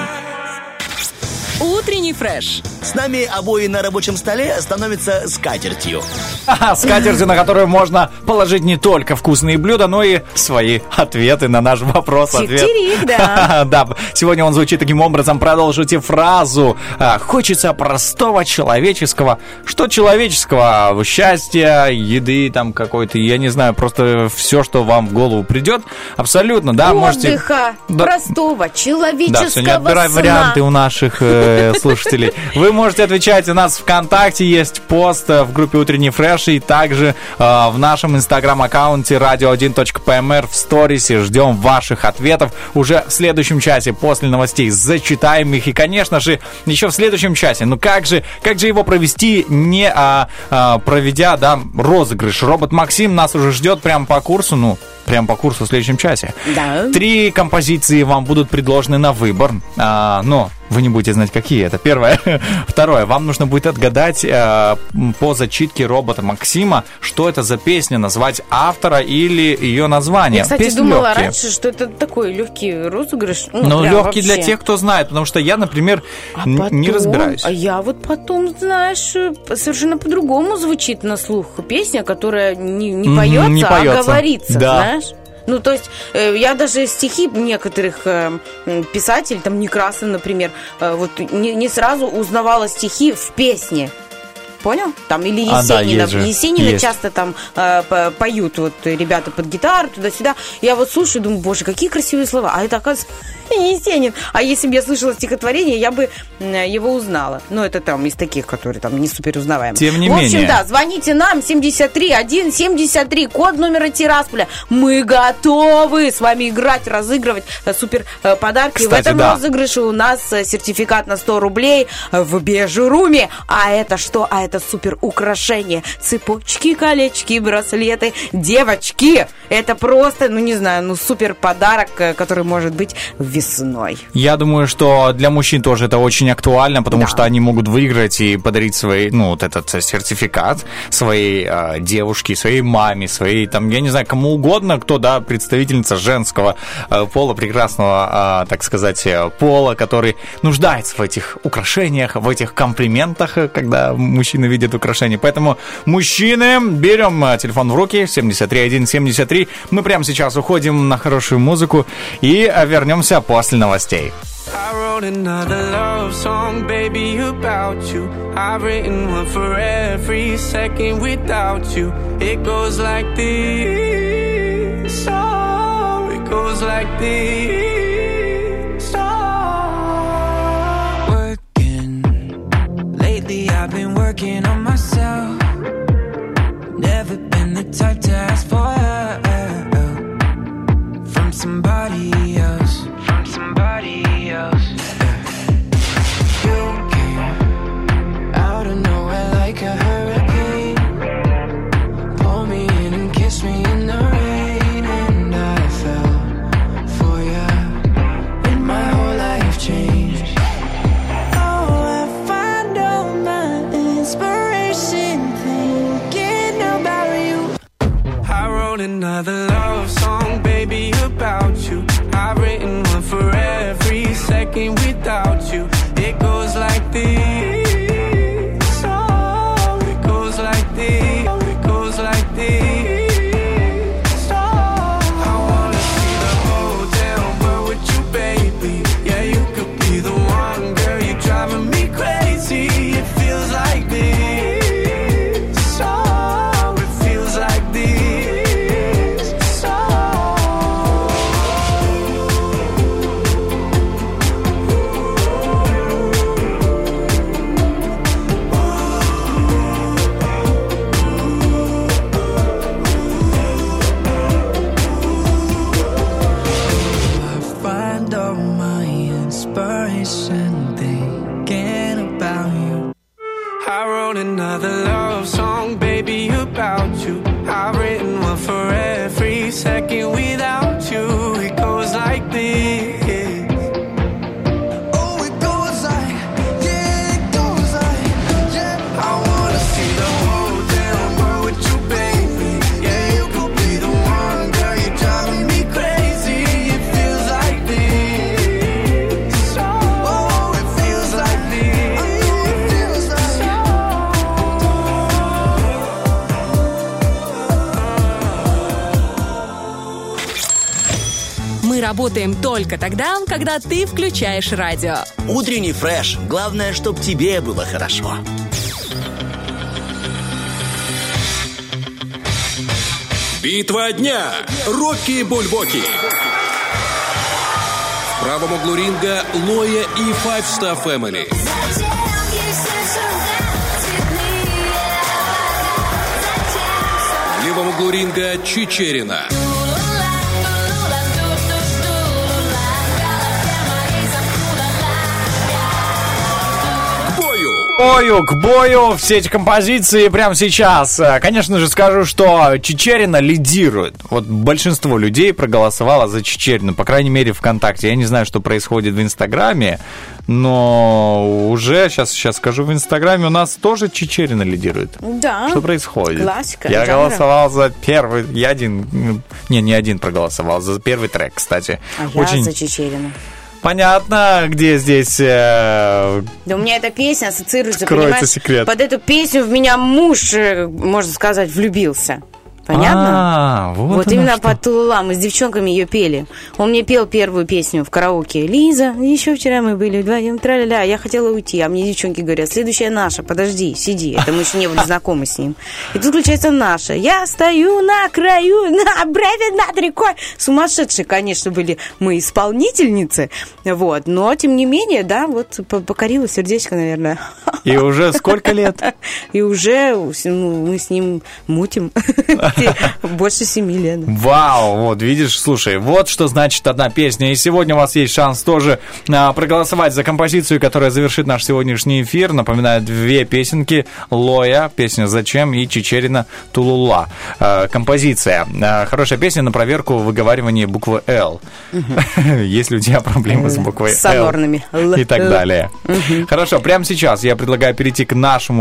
eyes. Утренний фреш. С нами обои на рабочем столе становятся скатертью. Ага, скатертью, на которую можно положить не только вкусные блюда, но и свои ответы на наш вопрос-ответ. Чик-чирик, да. Да, сегодня он звучит таким образом. Продолжите фразу. Хочется простого человеческого. Что человеческого? Счастья, еды там какой-то, я не знаю, просто все, что вам в голову придет. Абсолютно, да, можете... Отдыха, Да. простого, человеческого Да, все, не отбирай сна. варианты у наших э, слушателей. Вы можете отвечать у нас ВКонтакте, есть пост в группе «Утренний фреш», и также э, в нашем инстаграм-аккаунте радио один точка пи эм эр в сторисе. Ждем ваших ответов уже в следующем часе после новостей. Зачитаем их, и, конечно же, еще в следующем часе. Ну как же, как же его провести, не а, а, проведя, да, розыгрыш? Робот Максим нас уже ждет прямо по курсу, ну, прямо по курсу в следующем часе. Да. Три композиции вам будут предложены на выбор, а, но вы не будете знать, какие это. Первое. Второе. Вам нужно будет отгадать а, по зачитке робота Максима, что это за песня, назвать автора или ее название. Я, кстати, Песни думала легкие. раньше, что это такой легкий розыгрыш. Ну, Ну, прям легкий вообще. для тех, кто знает, потому что я, например, А н- потом, не разбираюсь. А я вот потом, знаешь, совершенно по-другому звучит на слух песня, которая не, не Мгм, поется, не а поется. говорится, Да. знаешь? Ну, то есть, э, я даже стихи некоторых э, м, писателей, там, Некрасов, например, э, вот не, не сразу узнавала стихи в песне. Понял? Там или А, да, Есенина. есть же. Есенина Есть. часто там э, по- поют вот ребята под гитару, туда-сюда. Я вот слушаю, думаю, боже, какие красивые слова. А это, оказывается, Есенин. А если бы я слышала стихотворение, я бы м, его узнала. Ну, это там из таких, которые там не супер узнаваемые. Тем не В общем, менее. да, звоните нам семьдесят три один семьдесят три, код номера Тирасполя. Мы готовы с вами играть, разыгрывать э, супер э, подарки. Кстати, в этом да. розыгрыше у нас э, сертификат на сто рублей в Бежуруме. А это что? А это супер украшение. Цепочки, колечки, браслеты. Девочки, это просто, ну не знаю, ну супер подарок, э, который может быть в весной. Я думаю, что для мужчин тоже это очень актуально, потому Да. что они могут выиграть и подарить свой, ну, вот этот сертификат своей э, девушке, своей маме, своей, там, я не знаю, кому угодно, кто, да, представительница женского э, пола, прекрасного, э, так сказать, э, пола, который нуждается в этих украшениях, в этих комплиментах, э, когда мужчины видят украшения. Поэтому, мужчины, берем э, телефон в руки, семьдесят три один семьдесят три. Мы прямо сейчас уходим на хорошую музыку и э, вернемся после новостей. I wrote another love song, baby, about you. I've written one for every second without you. It goes like this, oh, it goes like this, oh. Working, lately I've been working on myself. Never been the type to ask for help from somebody else, from somebody else. You came out of nowhere like a hurricane. Pull me in and kiss me in the rain, and I fell for you, and my whole life changed. Oh, I find all my inspiration thinking about you. I wrote another love song, baby, about you. I've written one for every second without you. It goes like this, oh, it goes like this, it goes like this, oh. I wanna see the whole damn world with you, baby. Yeah, you could be the one, girl, you're driving me crazy. It feels like this, oh, it feels like this, oh. Find all my inspiration thinking about you. I wrote another love song, baby, about you. I've written one for every second without you. It goes like this. Oh, it goes like, yeah, it goes like, yeah. I wanna see the whole damn world with you, baby. Yeah, you could be the one, girl, you're driving me crazy. It feels like this, oh, it feels like this. I know it feels like Мы работаем только тогда, когда ты включаешь радио. Утренний фреш. Главное, чтоб тебе было хорошо. Битва дня. Рокки Бульбоки. В правом углу ринга Лоя и Five Star Family. В левом углу ринга Чичерина. Бою, к бою, все эти композиции прямо сейчас. Конечно же, скажу, что Чичерина лидирует. Вот большинство людей проголосовало за Чичерину, по крайней мере, ВКонтакте. Я не знаю, что происходит в Инстаграме, но уже, сейчас, сейчас скажу, в Инстаграме у нас тоже Чичерина лидирует. Да. Что происходит? Классика. Я жанра. голосовал за первый, я один, не, не один проголосовал, за первый трек, кстати. А я Очень за Чичерину. понятно, где здесь... Э... Да у меня эта песня ассоциируется, Скроется понимаешь, секрет. под эту песню в меня муж, э, можно сказать, влюбился. Понятно? А, вот Вот оно именно что. под Тулула мы с девчонками ее пели. Он мне пел первую песню в караоке. Лиза, еще вчера мы были вдвоем, тра-ля-ля. Я хотела уйти, а мне девчонки говорят, следующая наша, подожди, сиди. Это мы еще не были знакомы с ним. И тут включается наша. Я стою на краю, на обрыве над рекой. Сумасшедшие, конечно, были мы исполнительницы. Вот. Но, тем не менее, да, вот покорило сердечко, наверное. И уже сколько лет? И уже ну, мы с ним мутим. кстати, больше семи лет. Вау, вот видишь, слушай, вот что значит одна песня. И сегодня у вас есть шанс тоже а, проголосовать за композицию, которая завершит наш сегодняшний эфир. Напоминаю, две песенки: Лоя, песня «Зачем» и Чичерина «Тулула». А, композиция. А, хорошая песня на проверку выговаривания буквы «Л». Если у тебя проблемы с буквой «Л». С сонорными. И так далее. Хорошо, прямо сейчас я предлагаю перейти к нашему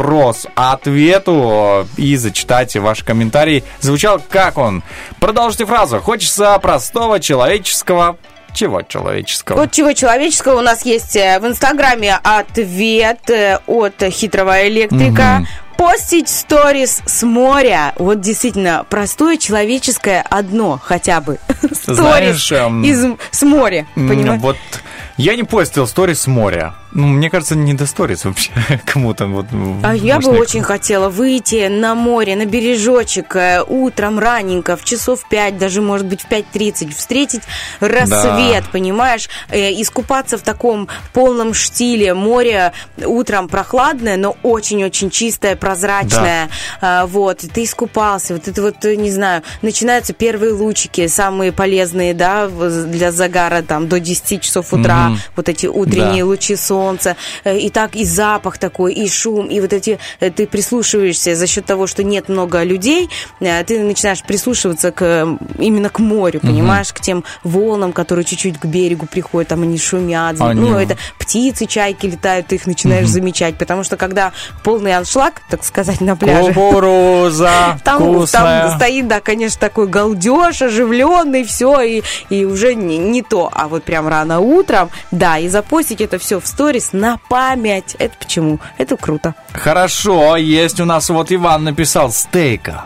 вопрос-ответу и зачитать ваши комментарии. Звучал как он? Продолжите фразу. Хочется простого человеческого... Чего человеческого? Вот чего человеческого у нас есть в Инстаграме ответ от хитрого электрика. Угу. Постить сторис с моря. Вот действительно, простое человеческое одно хотя бы. Сторис эм... из с моря, понимаешь? Вот я не постил сторис с моря. Ну, мне кажется, не до сторис вообще кому-то. Вот, а я бы некому. очень хотела выйти на море, на бережочек, утром раненько, в часов пять, даже, может быть, в пять тридцать, встретить рассвет, да. Понимаешь? Искупаться в таком полном штиле. Море утром прохладное, но очень-очень чистое, прозрачное. Да. Вот, ты искупался. Вот это вот, не знаю, начинаются первые лучики, самые полезные, да, для загара, там, до десяти часов утра. Mm-hmm. Вот эти утренние да. лучи солнца. И так и запах такой, и шум, и вот эти... Ты прислушиваешься за счет того, что нет много людей, ты начинаешь прислушиваться к, именно к морю, понимаешь, mm-hmm. к тем волнам, которые чуть-чуть к берегу приходят, там они шумят. Они... Ну, это птицы, чайки летают, ты их начинаешь mm-hmm. замечать, потому что когда полный аншлаг, так сказать, на пляже... Кукуруза там, там стоит, да, конечно, такой галдеж, оживленный, все, и, и уже не, не то. А вот прям рано утром, да, и запостить это все в сторис на память. Это почему? Это круто. Хорошо, есть у нас вот Иван написал стейка.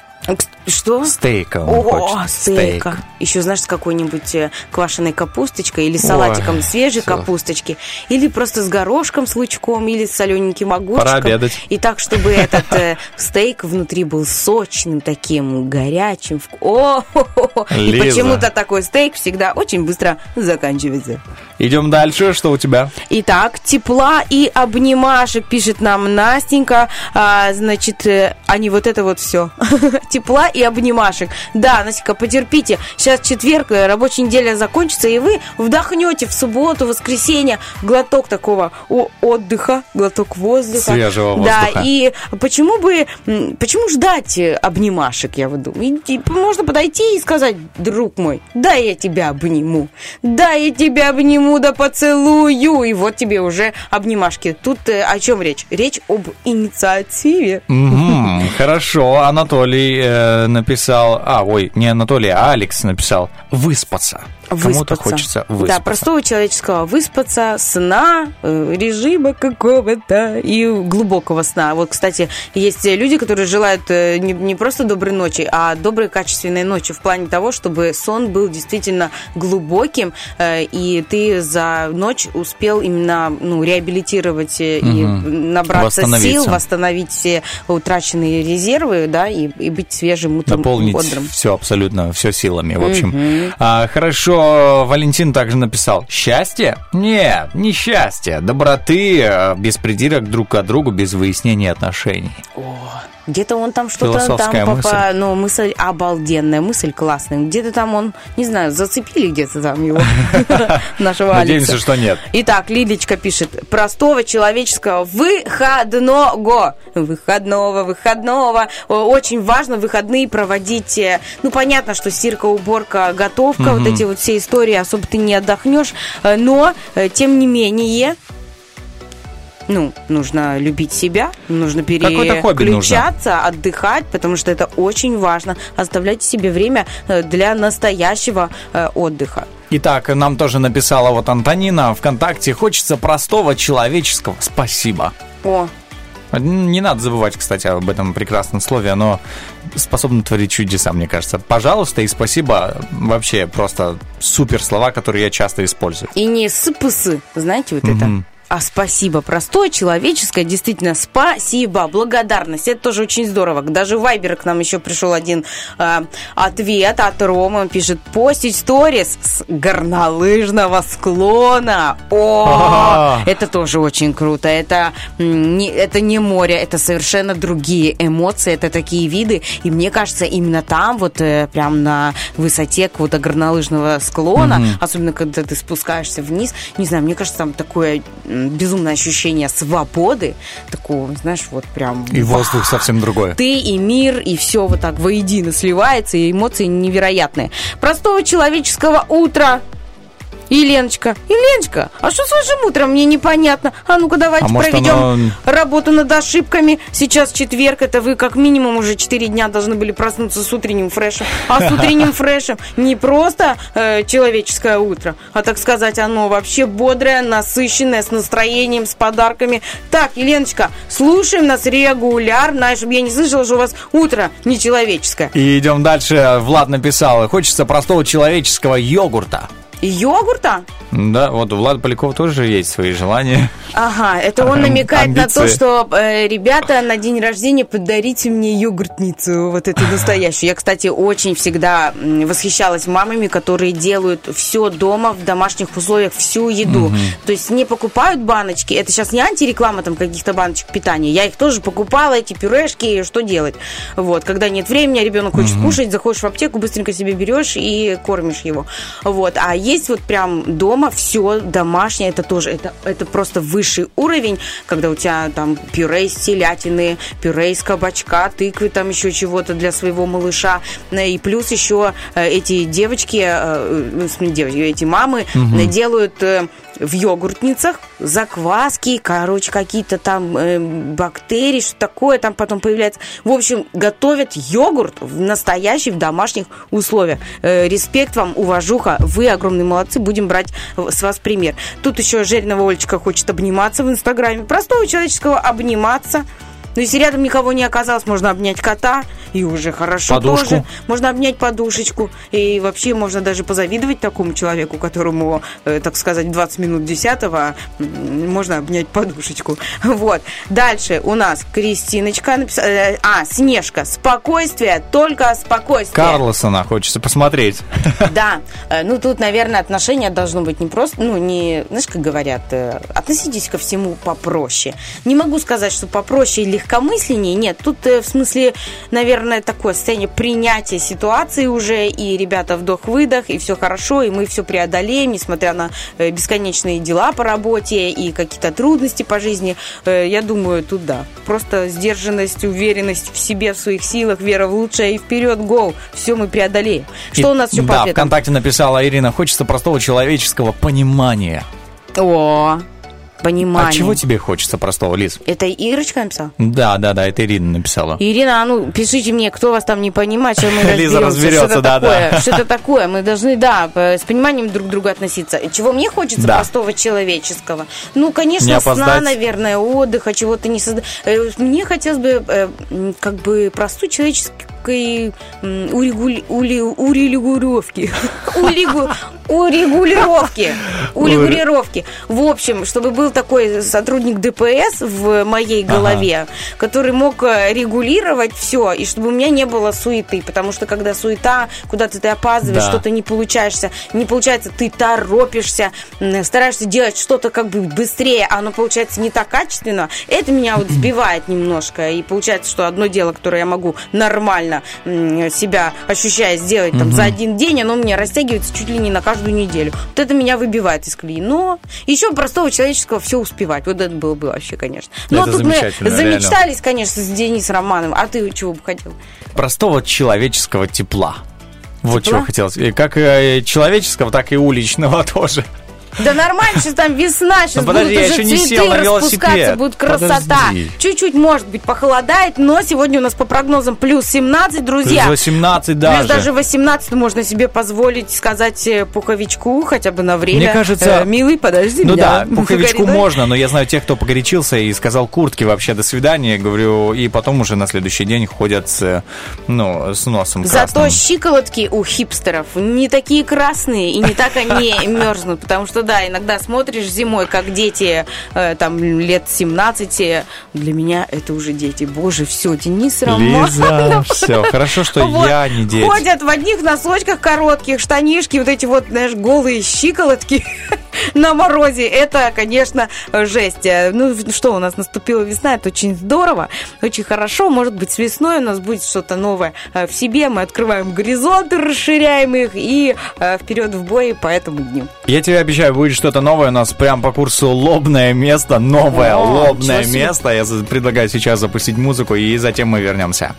Что? Стейка. О, стейка. Стейк. Еще, знаешь, с какой-нибудь квашеной капусточкой или салатиком Ой, свежей все. капусточки, или просто с горошком, с лучком, или с солененьким огурчиком. Пора обедать. И так, чтобы этот э, стейк внутри был сочным, таким горячим. О, и почему-то такой стейк всегда очень быстро заканчивается. Идем дальше. Что у тебя? Итак, тепла и обнимашек, пишет нам Настенька. А, значит, а не вот это вот все. Тепла и обнимашек. Да, Настенька, потерпите. Сейчас четверг, рабочая неделя закончится, и вы вдохнете в субботу, воскресенье глоток такого отдыха, глоток воздуха. Свежего воздуха. Да, и почему бы, почему ждать обнимашек, я вот думаю. И, можно подойти и сказать: друг мой, да я тебя обниму, да я тебя обниму, да поцелую. И вот тебе уже обнимашки. Тут о чем речь? Речь об инициативе. Mm-hmm. Хорошо, Анатолий э, написал, а, ой, не Анатолий, а Алекс написал выспаться. Кому-то хочется выспаться. Да, простого человеческого выспаться, сна, режима какого-то и глубокого сна. Вот, кстати, есть люди, которые желают не, не просто доброй ночи, а доброй качественной ночи в плане того, чтобы сон был действительно глубоким, и ты за ночь успел именно ну, реабилитировать угу. и набраться сил, восстановить все утраченные резервы, да, и, и быть свежим утром, наполнить бодрым. Все абсолютно, все силами, в общем. Угу. А, хорошо. Валентин также написал: счастье? Нет, не счастье. Доброты, без придирок друг к другу, без выяснения отношений. О, где-то он там что-то там, мысль. Папа, ну, мысль обалденная, мысль классная. Где-то там он, не знаю, зацепили где-то там его, нашего Алекса. Надеемся, что нет. Итак, Лилечка пишет: простого человеческого выходного. Выходного, выходного. Очень важно выходные проводить. Ну, понятно, что стирка, уборка, готовка, вот эти вот все истории, особо ты не отдохнешь. Но, тем не менее... Ну, нужно любить себя, нужно переключаться, отдыхать, потому что это очень важно. Оставляйте себе время для настоящего отдыха. Итак, нам тоже написала вот Антонина ВКонтакте: хочется простого человеческого спасибо. О. Не надо забывать, кстати, об этом прекрасном слове. Оно способно творить чудеса, мне кажется. Пожалуйста и спасибо. Вообще просто супер слова, которые я часто использую. И не с-псы, знаете, вот mm-hmm. это. а спасибо простое, человеческое, действительно, спасибо, благодарность. Это тоже очень здорово. Даже в Вайбер к нам еще пришел один э, ответ от Ромы. Он пишет: постить сторис с горнолыжного склона. О, это тоже очень круто. Это не, это не море, это совершенно другие эмоции, это такие виды. И мне кажется, именно там, вот э, прям на высоте какого-то горнолыжного склона, mm-hmm. особенно когда ты спускаешься вниз, не знаю, мне кажется, там такое безумное ощущение свободы, такого, знаешь, вот прям... И воздух совсем другой. Ты и мир, и все вот так воедино сливается, и эмоции невероятные. Простого человеческого утра. Еленочка, Еленочка, а что с вашим утром? Мне непонятно. А ну-ка, давайте а проведем оно... работу над ошибками. Сейчас четверг, это вы как минимум уже четыре дня должны были проснуться с утренним фрешем. А с утренним фрешем не просто э, человеческое утро, а, так сказать, оно вообще бодрое, насыщенное, с настроением, с подарками. Так, Еленочка, слушаем нас регулярно, чтобы я не слышала, что у вас утро нечеловеческое. И идем дальше. Влад написал: хочется простого человеческого йогурта. Йогурта? Да, вот у Влада Полякова тоже есть свои желания. Ага, это он намекает Амбиции. на то, что, э, ребята, на день рождения подарите мне йогуртницу, вот эту настоящую. Я, кстати, очень всегда восхищалась мамами, которые делают все дома, в домашних условиях, всю еду. Угу. То есть не покупают баночки, это сейчас не антиреклама там каких-то баночек питания, я их тоже покупала, эти пюрешки, что делать? Вот, когда нет времени, ребенок хочет угу. кушать, заходишь в аптеку, быстренько себе берешь и кормишь его. Вот, а есть вот прям дома все домашнее, это тоже, это, это просто высший уровень, когда у тебя там пюре из телятины, пюре из кабачка, тыквы, там еще чего-то для своего малыша, и плюс еще эти девочки, девочки эти мамы угу. делают в йогуртницах закваски, короче, какие-то там э, бактерии, что такое там потом появляется. В общем, готовят йогурт в настоящий, в домашних условиях. Э, респект вам, уважуха, вы огромные молодцы, будем брать с вас пример. Тут еще Жерина Олечка хочет обниматься в Инстаграме. Простого человеческого обниматься. Но если рядом никого не оказалось, можно обнять кота, и уже хорошо подушку. Тоже. Можно обнять подушечку. И вообще можно даже позавидовать такому человеку, которому, э, так сказать, двадцать минут десятого можно обнять подушечку. Вот. Дальше у нас Кристиночка написала... Э, а, Снежка. Спокойствие, только спокойствие. Карлсона хочется посмотреть. Да. Ну, тут, наверное, отношение должно быть не просто... Ну, не... Знаешь, как говорят, э, относитесь ко всему попроще. Не могу сказать, что попроще или легкомысленнее. Нет, тут в смысле, наверное, такое состояние принятия ситуации уже, и, ребята, вдох-выдох, и все хорошо, и мы все преодолеем, несмотря на бесконечные дела по работе и какие-то трудности по жизни. Я думаю, тут да. Просто сдержанность, уверенность в себе, в своих силах, вера в лучшее, и вперед, гоу. Все мы преодолеем. Что и, у нас еще по Да, ответам? ВКонтакте написала Ирина: хочется простого человеческого понимания. О, понимание. А чего тебе хочется простого, Лиз? Это Ирочка написала? Да, да, да, это Ирина написала. Ирина, а ну, пишите мне, кто вас там не понимает, что мы разберемся. Лиза разберется, что-то да, такое, да. Что-то такое. Мы должны, да, с пониманием друг к другу относиться. Чего мне хочется да. простого человеческого? Ну, конечно, сна, наверное, отдыха, чего-то не создать. Мне хотелось бы, как бы, простой человеческий урегулировки. Урегулировки. Урегулировки. В общем, чтобы был такой сотрудник ДПС в моей голове, ага. который мог регулировать все, и чтобы у меня не было суеты, потому что когда суета, куда-то ты опаздываешь, да. что-то не получаешься, не получается, ты торопишься, стараешься делать что-то как бы быстрее, а оно получается не так качественно, это меня вот сбивает немножко, и получается, что одно дело, которое я могу нормально себя ощущая сделать там, угу. за один день, оно у меня растягивается чуть ли не на каждую неделю. Вот это меня выбивает из колеи. Но еще простого человеческого все успевать. Вот это было бы вообще, конечно. Но это тут мы замечтались, реально. конечно, с Денисом Романовым. А ты чего бы хотел? Простого человеческого тепла. Вот Тепла? чего хотелось. И как и человеческого, так и уличного тоже. Да нормально, сейчас там весна, сейчас ну, подожди, будут уже цветы распускаться, будет красота. Подожди. Чуть-чуть, может быть, похолодает, но сегодня у нас по прогнозам плюс семнадцать, друзья. Плюс восемнадцать даже. Плюс даже восемнадцать можно себе позволить сказать пуховичку хотя бы на время. Мне кажется... Э, милый, подожди ну меня. Ну да, пуховичку можно, но я знаю тех, кто погорячился и сказал куртке вообще до свидания, говорю, и потом уже на следующий день ходят с, ну, с носом красным. Зато щиколотки у хипстеров не такие красные, и не так они мерзнут, потому что что, да, иногда смотришь зимой, как дети э, там лет семнадцати, для меня это уже дети. Боже, все, Денис Романов. Лиза, все, хорошо, что Вот. я не дети. Ходят в одних носочках коротких, штанишки, вот эти вот, знаешь, голые щиколотки на морозе. Это, конечно, жесть. Ну, что, у нас наступила весна, это очень здорово, очень хорошо. Может быть, с весной у нас будет что-то новое в себе. Мы открываем горизонты, расширяем их и вперед в бой по этому дню. Я тебе обещаю, будет что-то новое у нас прям по курсу «Лобное место». Новое О, лобное ничего себе. место. Я за- предлагаю сейчас запустить музыку, и затем мы вернемся.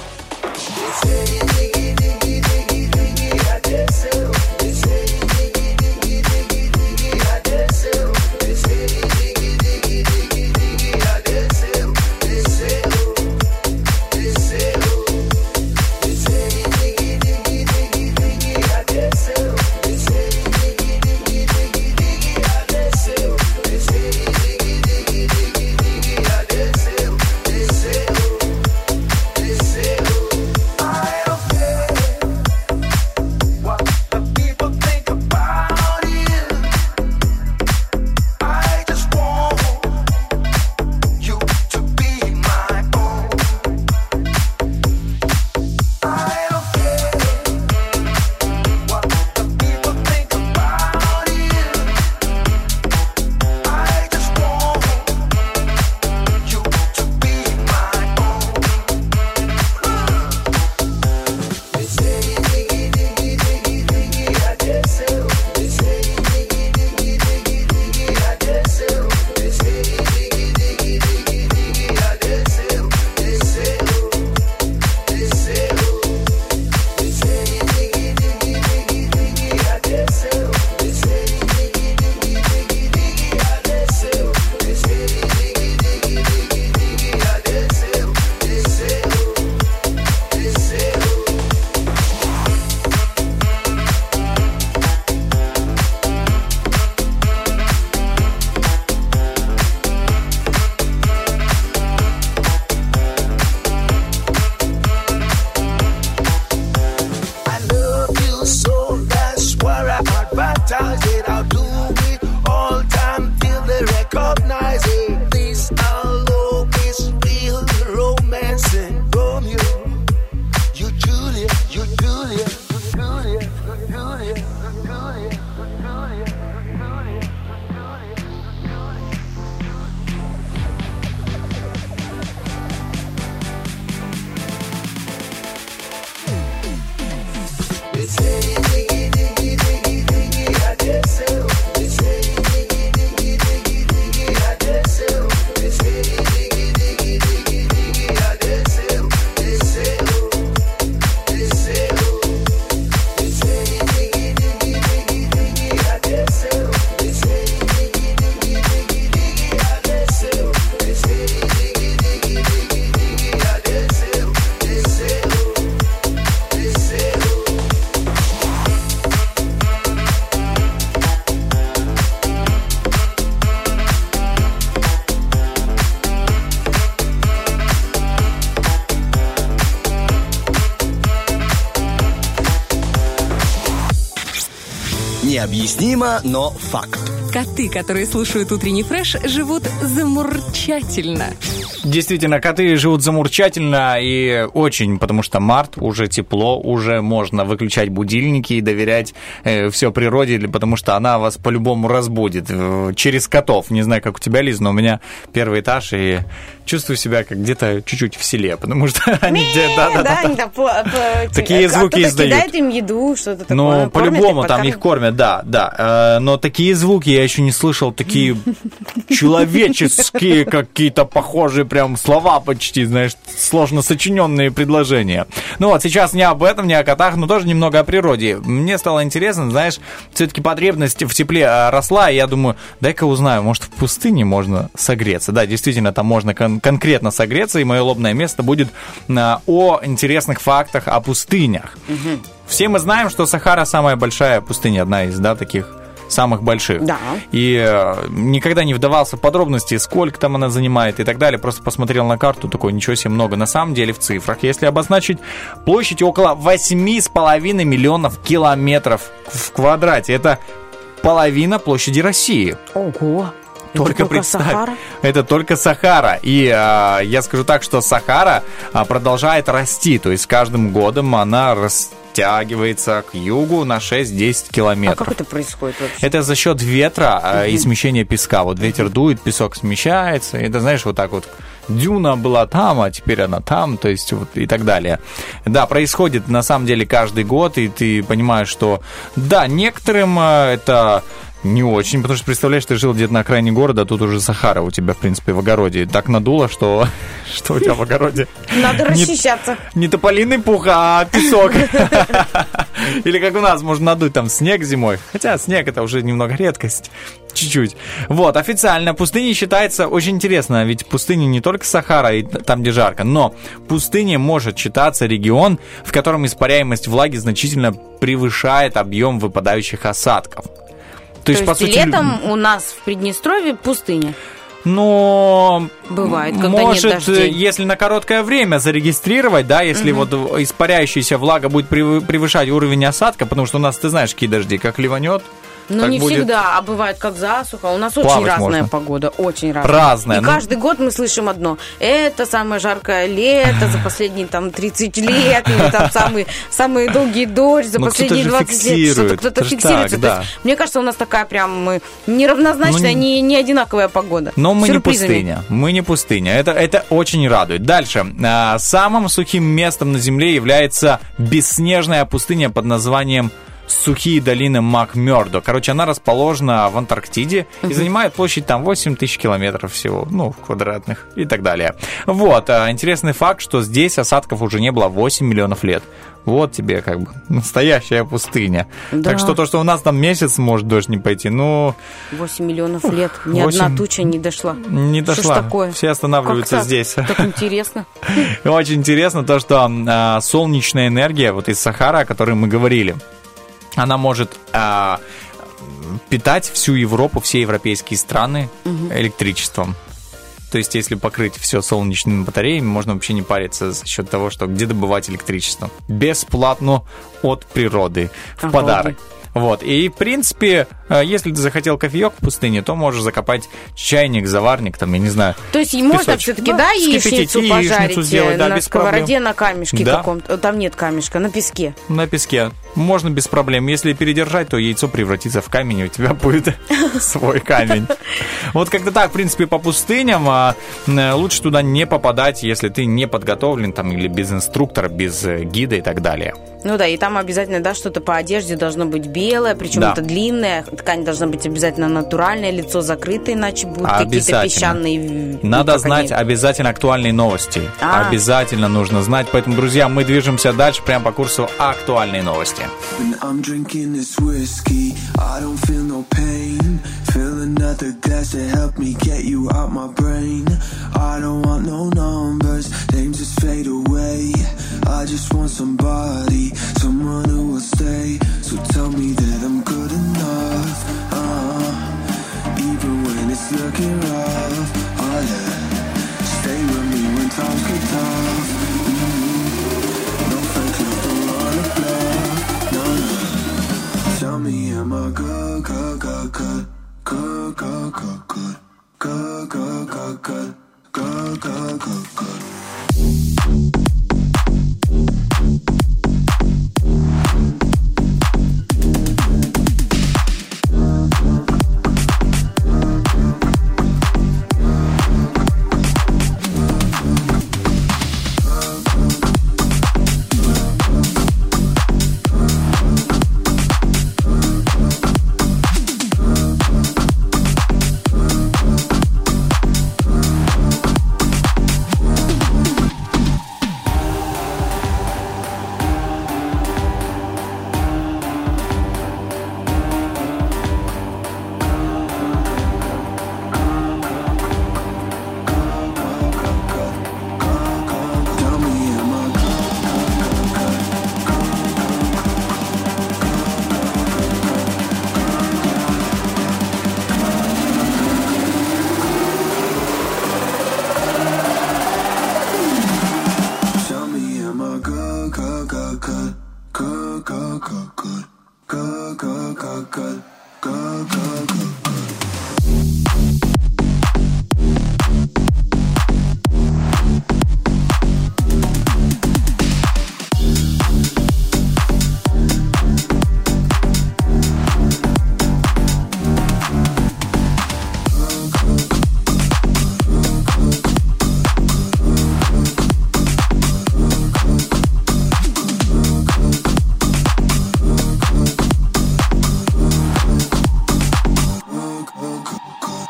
Необъяснимо, но факт. Коты, которые слушают утренний фреш, живут замурчательно. Действительно, коты живут замурчательно и очень, потому что март, уже тепло, уже можно выключать будильники и доверять э, все природе, потому что она вас по-любому разбудит. Э, через котов. Не знаю, как у тебя, Лиз, но у меня первый этаж, и чувствую себя как где-то чуть-чуть в селе, потому что они где-то... Такие звуки издают. Кидает им еду, что-то такое. Ну, по-любому там их кормят, да, да. Но такие звуки я еще не слышал, такие человеческие какие-то похожие прям слова почти, знаешь, сложно сочиненные предложения. Ну вот, сейчас не об этом, не о котах, но тоже немного о природе. Мне стало интересно, знаешь, все-таки потребность в тепле росла, и я думаю, дай-ка узнаю, может, в пустыне можно согреться. Да, действительно, там можно кон- конкретно согреться, и мое лобное место будет о интересных фактах о пустынях. Угу. Все мы знаем, что Сахара самая большая пустыня, одна из, да, таких самых больших. Да. И э, никогда не вдавался в подробности, сколько там она занимает и так далее. Просто посмотрел на карту, такой, ничего себе, много. На самом деле в цифрах, если обозначить площадь около восемь с половиной миллионов километров в квадрате. Это половина площади России. Ого! Только, только представь, Сахара? Это только Сахара. И а, я скажу так, что Сахара а, продолжает расти. То есть с каждым годом она растягивается к югу на шесть-десять километров. А как это происходит вообще? Это за счет ветра а, и смещения песка. Вот ветер дует, песок смещается. И это, знаешь, вот так вот. Дюна была там, а теперь она там, то есть вот и так далее. Да, происходит на самом деле каждый год, и ты понимаешь, что да, некоторым это не очень, потому что, представляешь, ты жил где-то на окраине города, а тут уже Сахара у тебя, в принципе, в огороде. Так надуло, что, что у тебя в огороде. Надо расчищаться. Не, не тополиный пух, а песок. Или как у нас, можно надуть там снег зимой. Хотя снег это уже немного редкость. Чуть-чуть. Вот, официально пустыня считается очень интересно, ведь пустыня не только Сахара, и там, где жарко, но пустыней может считаться регион, в котором испаряемость влаги значительно превышает объем выпадающих осадков. То, То есть, по сути, летом у нас в Приднестровье пустыня? Но бывает, когда может, нет дождей. Если на короткое время зарегистрировать, да, если угу. вот испаряющаяся влага будет превышать уровень осадка, потому что у нас, ты знаешь, какие дожди, как ливанет. Ну, не будет... всегда, а бывает как засуха. У нас очень Плавать разная можно. Погода, очень разная. Разная. И ну... каждый год мы слышим одно. Это самое жаркое лето за последние там тридцать лет, или там самый, самый долгий дождь за ну, последние двадцать лет. Что-то кто-то это фиксируется. Так, да. есть, мне кажется, у нас такая прям неравнозначная, ну, не, не одинаковая погода. Но мы не пустыня. Мы не пустыня. Это, это очень радует. Дальше. Самым сухим местом на Земле является бесснежная пустыня под названием Сухие долины Мак-Мёрдо. Короче, она расположена в Антарктиде uh-huh. и занимает площадь там восемь тысяч километров всего, ну, квадратных и так далее. Вот, интересный факт, что здесь осадков уже не было восемь миллионов лет. Вот тебе как бы настоящая пустыня. Да. Так что то, что у нас там месяц может дождь не пойти, ну... восемь миллионов лет. Ни восемь... одна туча не дошла. Не дошла. Что ж такое? Все останавливаются как здесь. Так интересно. Очень интересно то, что а, солнечная энергия вот из Сахары, о которой мы говорили, она может а, питать всю Европу, все европейские страны угу. электричеством. То есть, если покрыть все солнечными батареями, можно вообще не париться за счет того, что где добывать электричество. Бесплатно от природы в Ага, подарок. Вот. И, в принципе, если ты захотел кофеек в пустыне, то можешь закопать чайник, заварник, там, я не знаю. То есть можно все-таки, да, да яичницу пожарить яичницу сделать, да, на сковороде, на камешке да. каком-то? Там нет камешка, на песке. На песке. Можно без проблем. Если передержать, то яйцо превратится в камень, и у тебя будет свой камень. Вот как-то так, в принципе, по пустыням. Лучше туда не попадать, если ты не подготовлен, там, или без инструктора, без гида и так далее. Ну да, и там обязательно, да, что-то по одежде должно быть белое, причем да. это длинное, ткань должна быть обязательно натуральная, лицо закрыто, иначе будут какие-то песчаные... Надо знать они... обязательно актуальные новости. А. Обязательно нужно знать. Поэтому, друзья, мы движемся дальше прямо по курсу актуальные новости. I just want somebody, someone who will stay. So tell me that I'm good enough, uh, even when it's looking rough. Oh yeah, stay with me when times get tough. Mm-hmm. No fake love, don't wanna bluff. No, no. Tell me am I good, good, good, good, good, good, good, good, good, good, good, good, good, good, good, good.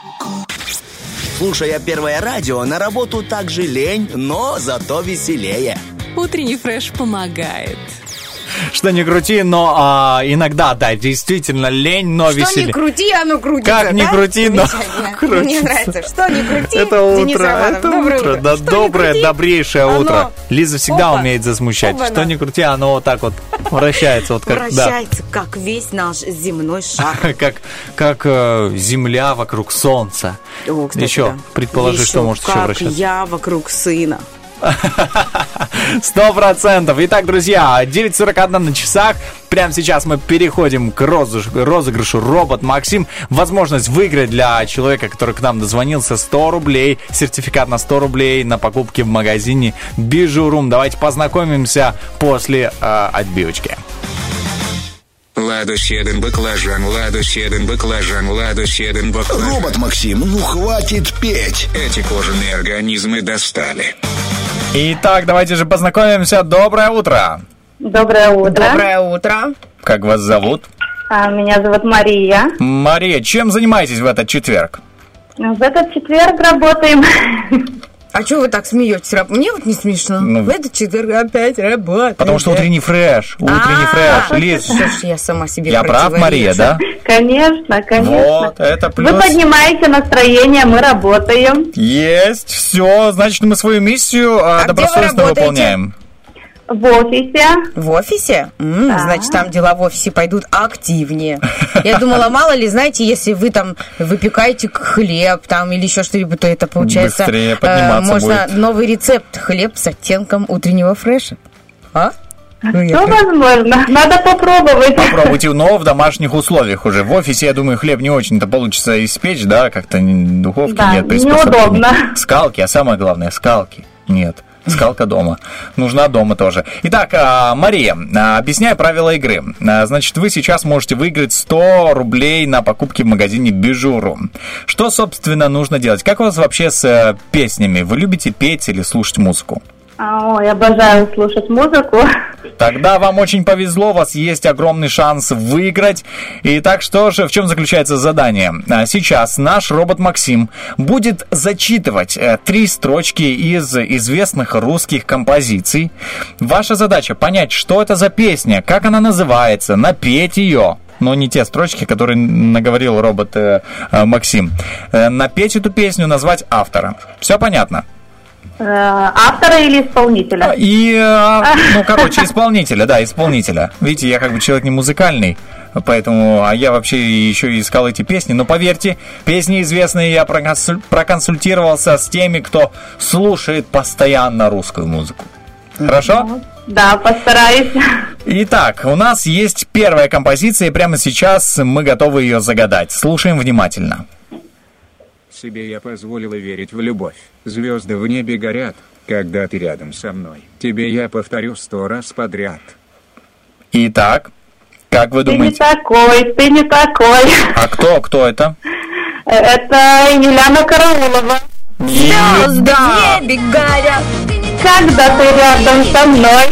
Слушая Первое радио, на работу также лень, но зато веселее. Утренний фреш помогает. Что не крути, но а, иногда, да, действительно лень, но что веселее. Что не крути, оно крутится. Как не да? крути, но крутится. Мне нравится. Что не крути, это Денис утро, Романов. это Доброе утро. утро. Да, что доброе, крути, добрейшее оно... утро. Лиза всегда Опа. умеет засмущать. Опа, что да. не крути, оно вот так вот вращается. Вот как, вращается, да. Как весь наш земной шар. как как э, земля вокруг солнца. О, кстати, еще да. предположи, еще что может еще вращаться. Как я вокруг сына. Сто процентов. Итак, друзья, девять сорок один на часах. Прямо сейчас мы переходим к розыгрышу, розыгрышу «Робот Максим». Возможность выиграть для человека, который к нам дозвонился, сто рублей. Сертификат на сто рублей на покупки в магазине Bijou.ru. Давайте познакомимся после э, отбивочки. Ладу седен баклажан, ладу седен баклажан, ладу седен баклажан. Робот Максим, ну хватит петь. Эти кожаные организмы достали. Итак, давайте же познакомимся. Доброе утро. Доброе утро. Доброе утро. Как вас зовут? А, меня зовут Мария. Мария, чем занимаетесь в этот четверг? В этот четверг работаем. А что вы так смеетесь? Мне вот не смешно. Ну, в этот четверг опять работаем. Потому что утренний фреш. Утренний фреш. Лиз, что ж я сама себе я прав, Мария, да? Конечно, конечно. Вот, это плюс. Вы поднимаете настроение, мы работаем. Есть, все. Значит, мы свою миссию а добросовестно выполняем. В офисе. В офисе? М-м, да. Значит, там дела в офисе пойдут активнее. Я думала, мало ли, знаете, если вы там выпекаете хлеб там или еще что-либо, то это получается... Быстрее подниматься можно будет. Новый рецепт. Хлеб с оттенком утреннего фреша. А? Все возможно. Надо попробовать. Попробуйте, но в домашних условиях уже. В офисе, я думаю, хлеб не очень-то получится испечь, да? Как-то духовки да, нет. неудобно. Скалки, а самое главное, скалки нет. Скалка дома. Нужна дома тоже. Итак, Мария, объясняю правила игры. Значит, вы сейчас можете выиграть сто рублей на покупки в магазине Bijou.ru. Что, собственно, нужно делать? Как у вас вообще с песнями? Вы любите петь или слушать музыку? Ой, обожаю слушать музыку. Тогда вам очень повезло, у вас есть огромный шанс выиграть. Итак, что же, в чем заключается задание? Сейчас наш робот Максим будет зачитывать три строчки из известных русских композиций. Ваша задача понять, что это за песня, как она называется, напеть ее. Но не те строчки, которые наговорил робот э, Максим. Напеть эту песню, назвать автора. Все понятно? Автора или исполнителя? И, ну, короче, исполнителя, да, исполнителя. Видите, я как бы человек не музыкальный, поэтому, а я вообще еще и искал эти песни. Но поверьте, песни известные, я проконсультировался с теми, кто слушает постоянно русскую музыку. Хорошо? Да, постараюсь. Итак, у нас есть первая композиция, и прямо сейчас мы готовы ее загадать. Слушаем внимательно. Себе я позволила верить в любовь. Звезды в небе горят, когда ты рядом со мной. Тебе я повторю сто раз подряд. Итак, как вы ты думаете? Ты не такой, ты не такой. А кто, кто это? Это Юлиана Караулова. Звезды в небе горят, когда ты рядом со мной.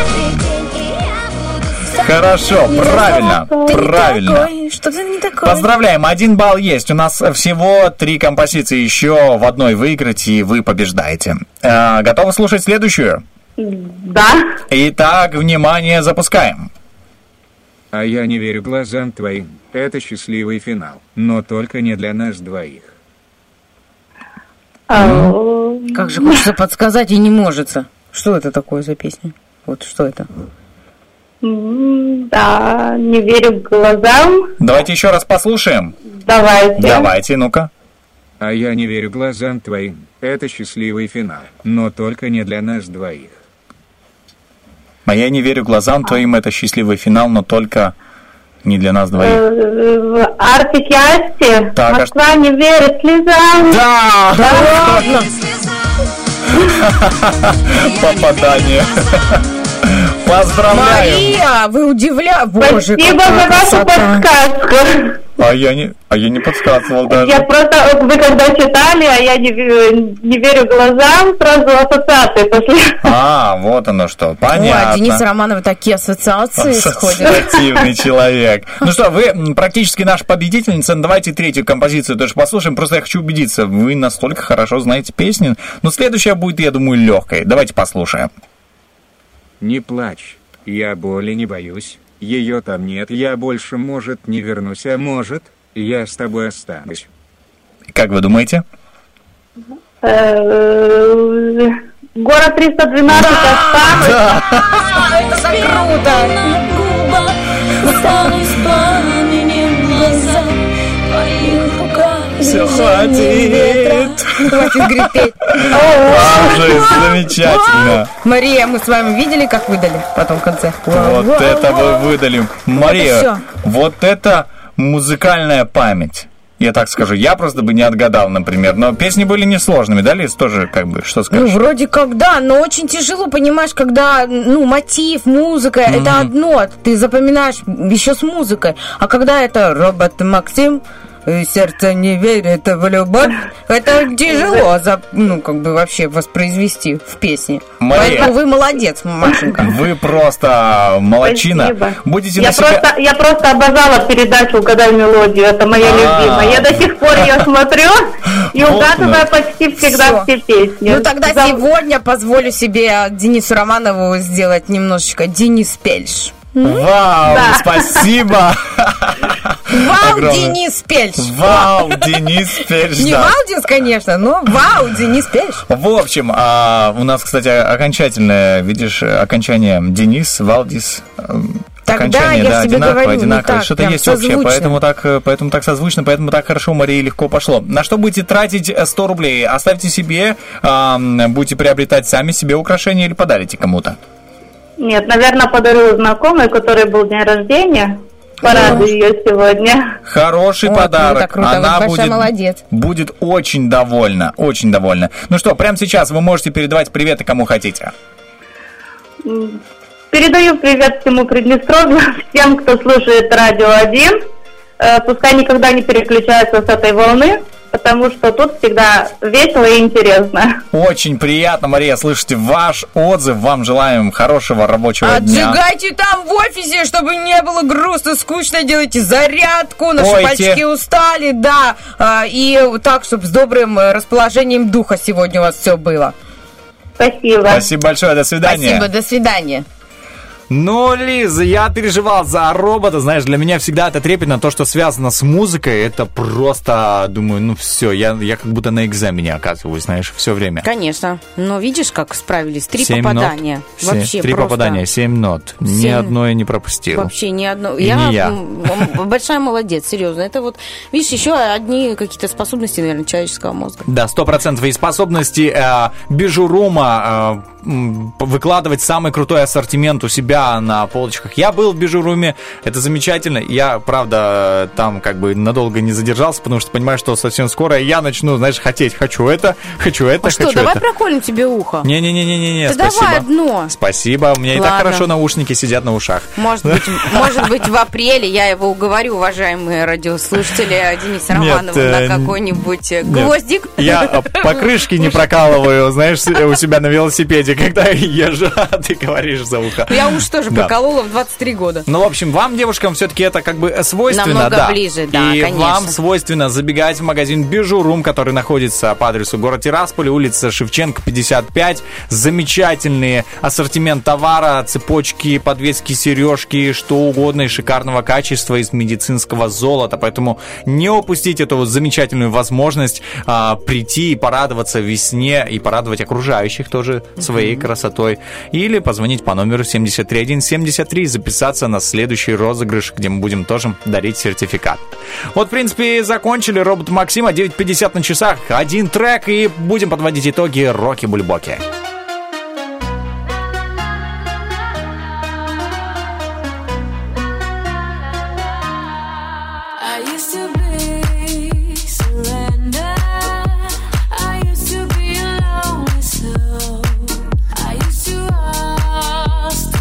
Хорошо, правильно, ты правильно. Не такой, что ты не такой. Поздравляем, один балл есть. У нас всего три композиции еще в одной выиграть, и вы побеждаете. Э, готовы слушать следующую? Да. Итак, внимание, запускаем. А я не верю глазам твоим. Это счастливый финал, но только не для нас двоих. Mm. Как же хочется подсказать и не может. Что это такое за песня? Вот что это? Да, не верю глазам. Давайте еще раз послушаем. Давайте. Давайте, ну-ка. А я не верю глазам твоим. Это счастливый финал, но только не для нас двоих. А я не верю глазам твоим. Это счастливый финал, но только не для нас двоих. Артик и Асти. Так, Москва а... не верит слезам. Да! Да ладно. Попадание. Поздравляю! Мария, вы удивляете. Боже, Спасибо за вашу подсказку. А я не, а я не подсказывал даже. Я просто, вы когда читали, а я не, не верю глазам, сразу ассоциации пошли. А, вот оно что, понятно. Ой, Денис Романов такие ассоциации сходят. Ассоциативный человек. Ну что, вы практически наша победительница. Давайте третью композицию тоже послушаем. Просто я хочу убедиться, вы настолько хорошо знаете песни. Но следующая будет, я думаю, легкой. Давайте послушаем. Не плачь, я боли не боюсь. Ее там нет, я больше, может, не вернусь, а может, я с тобой останусь. Как вы думаете? Город триста двенадцать останусь. Да, это так круто! Все хватит. Хватит греть. Замечательно. Мария, мы с вами видели, как выдали потом в конце? Вот это вы выдали. Мария, вот это музыкальная память. Я так скажу, я просто бы не отгадал, например. Но песни были несложными, да, Лиз? Тоже, как бы, что скажешь? Ну, вроде как да, но очень тяжело, понимаешь, когда, ну, мотив, музыка, mm-hmm. это одно, ты запоминаешь еще с музыкой. А когда это робот Максим, сердце не верит в любовь, это тяжело, ну, как бы вообще воспроизвести в песне. Мария, поэтому вы молодец, Машенька. Вы просто молодчина. Спасибо. Будете я, на себя... просто, я просто обожала передачу «Угадай мелодию», это моя А-а-а. любимая. Я до сих пор ее смотрю и угадываю почти всегда все песни. Ну, тогда сегодня позволю себе Денису Романову сделать немножечко Денис Пельш. Вау, да. Спасибо! Вау, огромное. Денис Пельш! Вау, Денис Пельш! Не да. Валдис, конечно, но вау, Денис Пельш! В общем, а, у нас, кстати, окончательное, видишь, окончание Денис, Валдис. Тогда я да, тебе одинаково, говорю, одинаково. Так, что-то есть созвучно. общее, поэтому так, поэтому так созвучно, поэтому так хорошо Марии легко пошло. На что будете тратить сто рублей? Оставьте себе, а, будете приобретать сами себе украшения или подарите кому-то? Нет, наверное, подарю знакомой, у которой был день рождения. Порадую ее сегодня. Хороший Ой, подарок. Круто, круто. Она вот будет, молодец. будет очень довольна, очень довольна. Ну что, прямо сейчас вы можете передавать приветы кому хотите. Передаю привет всему Приднестровью, всем, кто слушает Радио один. Пускай никогда не переключаются с этой волны, потому что тут всегда весело и интересно. Очень приятно, Мария, слышите ваш отзыв. Вам желаем хорошего рабочего дня. Отжигайте там в офисе, чтобы не было грустно, скучно. Делайте зарядку, наши Пойте. пальчики устали, да. И так, чтобы с добрым расположением духа сегодня у вас все было. Спасибо. Спасибо большое, до свидания. Спасибо, до свидания. Ну, Лиза, я переживал за робота, знаешь, для меня всегда это трепетно, то, что связано с музыкой, это просто, думаю, ну все, я, я как будто на экзамене оказываюсь, знаешь, все время. Конечно, но видишь, как справились, три семь попадания. Нот. Вообще Три просто. попадания, семь нот, семь. Ни одно я не пропустил. Вообще ни одно. И я, не я. Большая молодец, серьезно, это вот, видишь, еще одни какие-то способности, наверное, человеческого мозга. Да, сто процентов и способности э, Бижурума э, выкладывать самый крутой ассортимент у себя на полочках. Я был в Бижуруме, это замечательно. Я, правда, там как бы надолго не задержался, потому что понимаю, что совсем скоро я начну, знаешь, хотеть. Хочу это, хочу это, а хочу что, давай это. проколем тебе ухо? Не-не-не-не-не, да спасибо. давай одно. Спасибо, у меня Ладно. и так хорошо наушники сидят на ушах. Может быть, может быть, в апреле я его уговорю, уважаемые радиослушатели, Дениса Романова, на какой-нибудь гвоздик. Я покрышки не прокалываю, знаешь, у себя на велосипеде, когда езжу, а ты говоришь за ухо. Я уж тоже да. проколола в двадцать три года. Ну, в общем, вам, девушкам, все-таки это как бы свойственно. Намного да. ближе, да, и конечно. вам свойственно забегать в магазин Бижурум, который находится по адресу город Тирасполь, улица Шевченко, пятьдесят пять. Замечательный ассортимент товара, цепочки, подвески, сережки, что угодно из шикарного качества, из медицинского золота. Поэтому не упустите эту вот замечательную возможность а, прийти и порадоваться весне, и порадовать окружающих тоже своей mm-hmm. красотой. Или позвонить по номеру семьдесят три один семьдесят три и записаться на следующий розыгрыш, где мы будем тоже дарить сертификат. Вот, в принципе, закончили. Робот Максима, девять пятьдесят на часах, один трек, и будем подводить итоги Роки-Бульбоки. I used to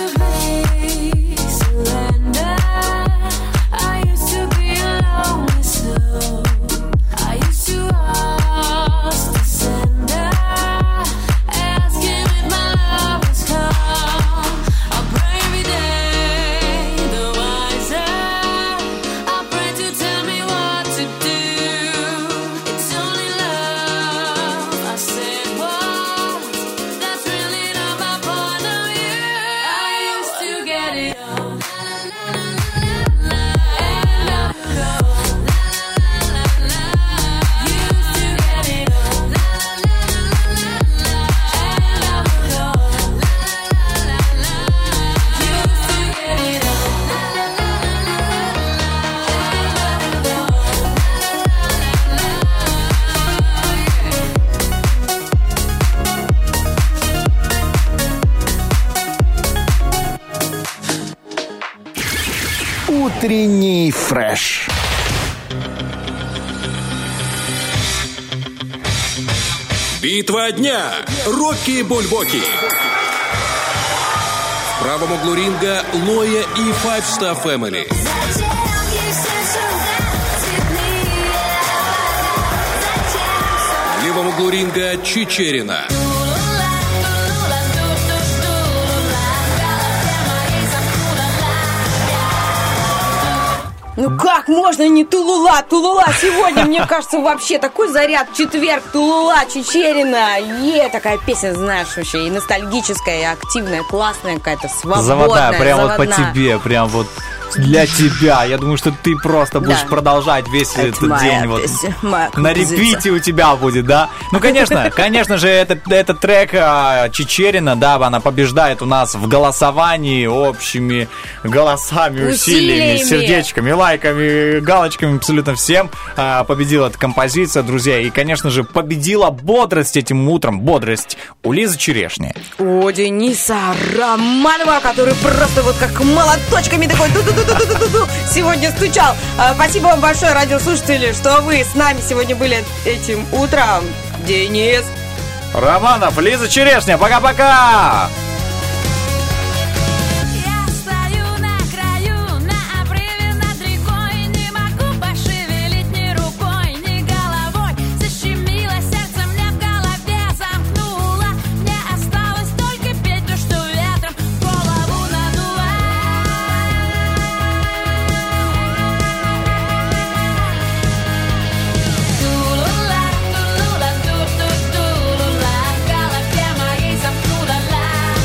Утренний фреш. Битва дня. Рокки Бульбоки. В правом углу ринга Лоя и Five Star Family. В левом углу ринга Чичерина. Ну как можно не Тулула? Тулула сегодня, мне кажется, вообще такой заряд. Четверг, Тулула, Чичерина. Е, такая песня, знаешь, вообще и ностальгическая, и активная, классная какая-то, свободная, заводная. Прям заводная. вот по тебе, прям вот для тебя. Я думаю, что ты просто будешь Да. продолжать весь Это этот моя день. Вот, песня, моя на композиция. репите у тебя будет, да? Ну, конечно, конечно же, этот, этот трек а, Чичерина, да, она побеждает у нас в голосовании общими голосами, усилиями, Усилиями. сердечками, лайками, галочками, абсолютно всем. А, победила эта композиция, друзья. И, конечно же, победила бодрость этим утром. Бодрость у Лизы Черешни. О, Дениса Романова, который просто вот как молоточками такой ду-ду-ду-ду-ду-ду-ду сегодня стучал. А, Спасибо вам большое, радиослушатели, что вы с нами сегодня были этим утром. Денис Романов, Лиза Черешня, пока-пока! Я стою на краю, на обрыве над рекой. Не могу пошевелить ни рукой, ни головой. Защемило сердце мне в голове, замкнуло. Мне осталось только петь то, что ветром голову надуло. Тулула, тулула, ту-ту-тулула. В голове моей замкнула.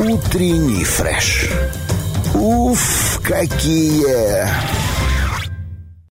Утренний фреш. Уф, какие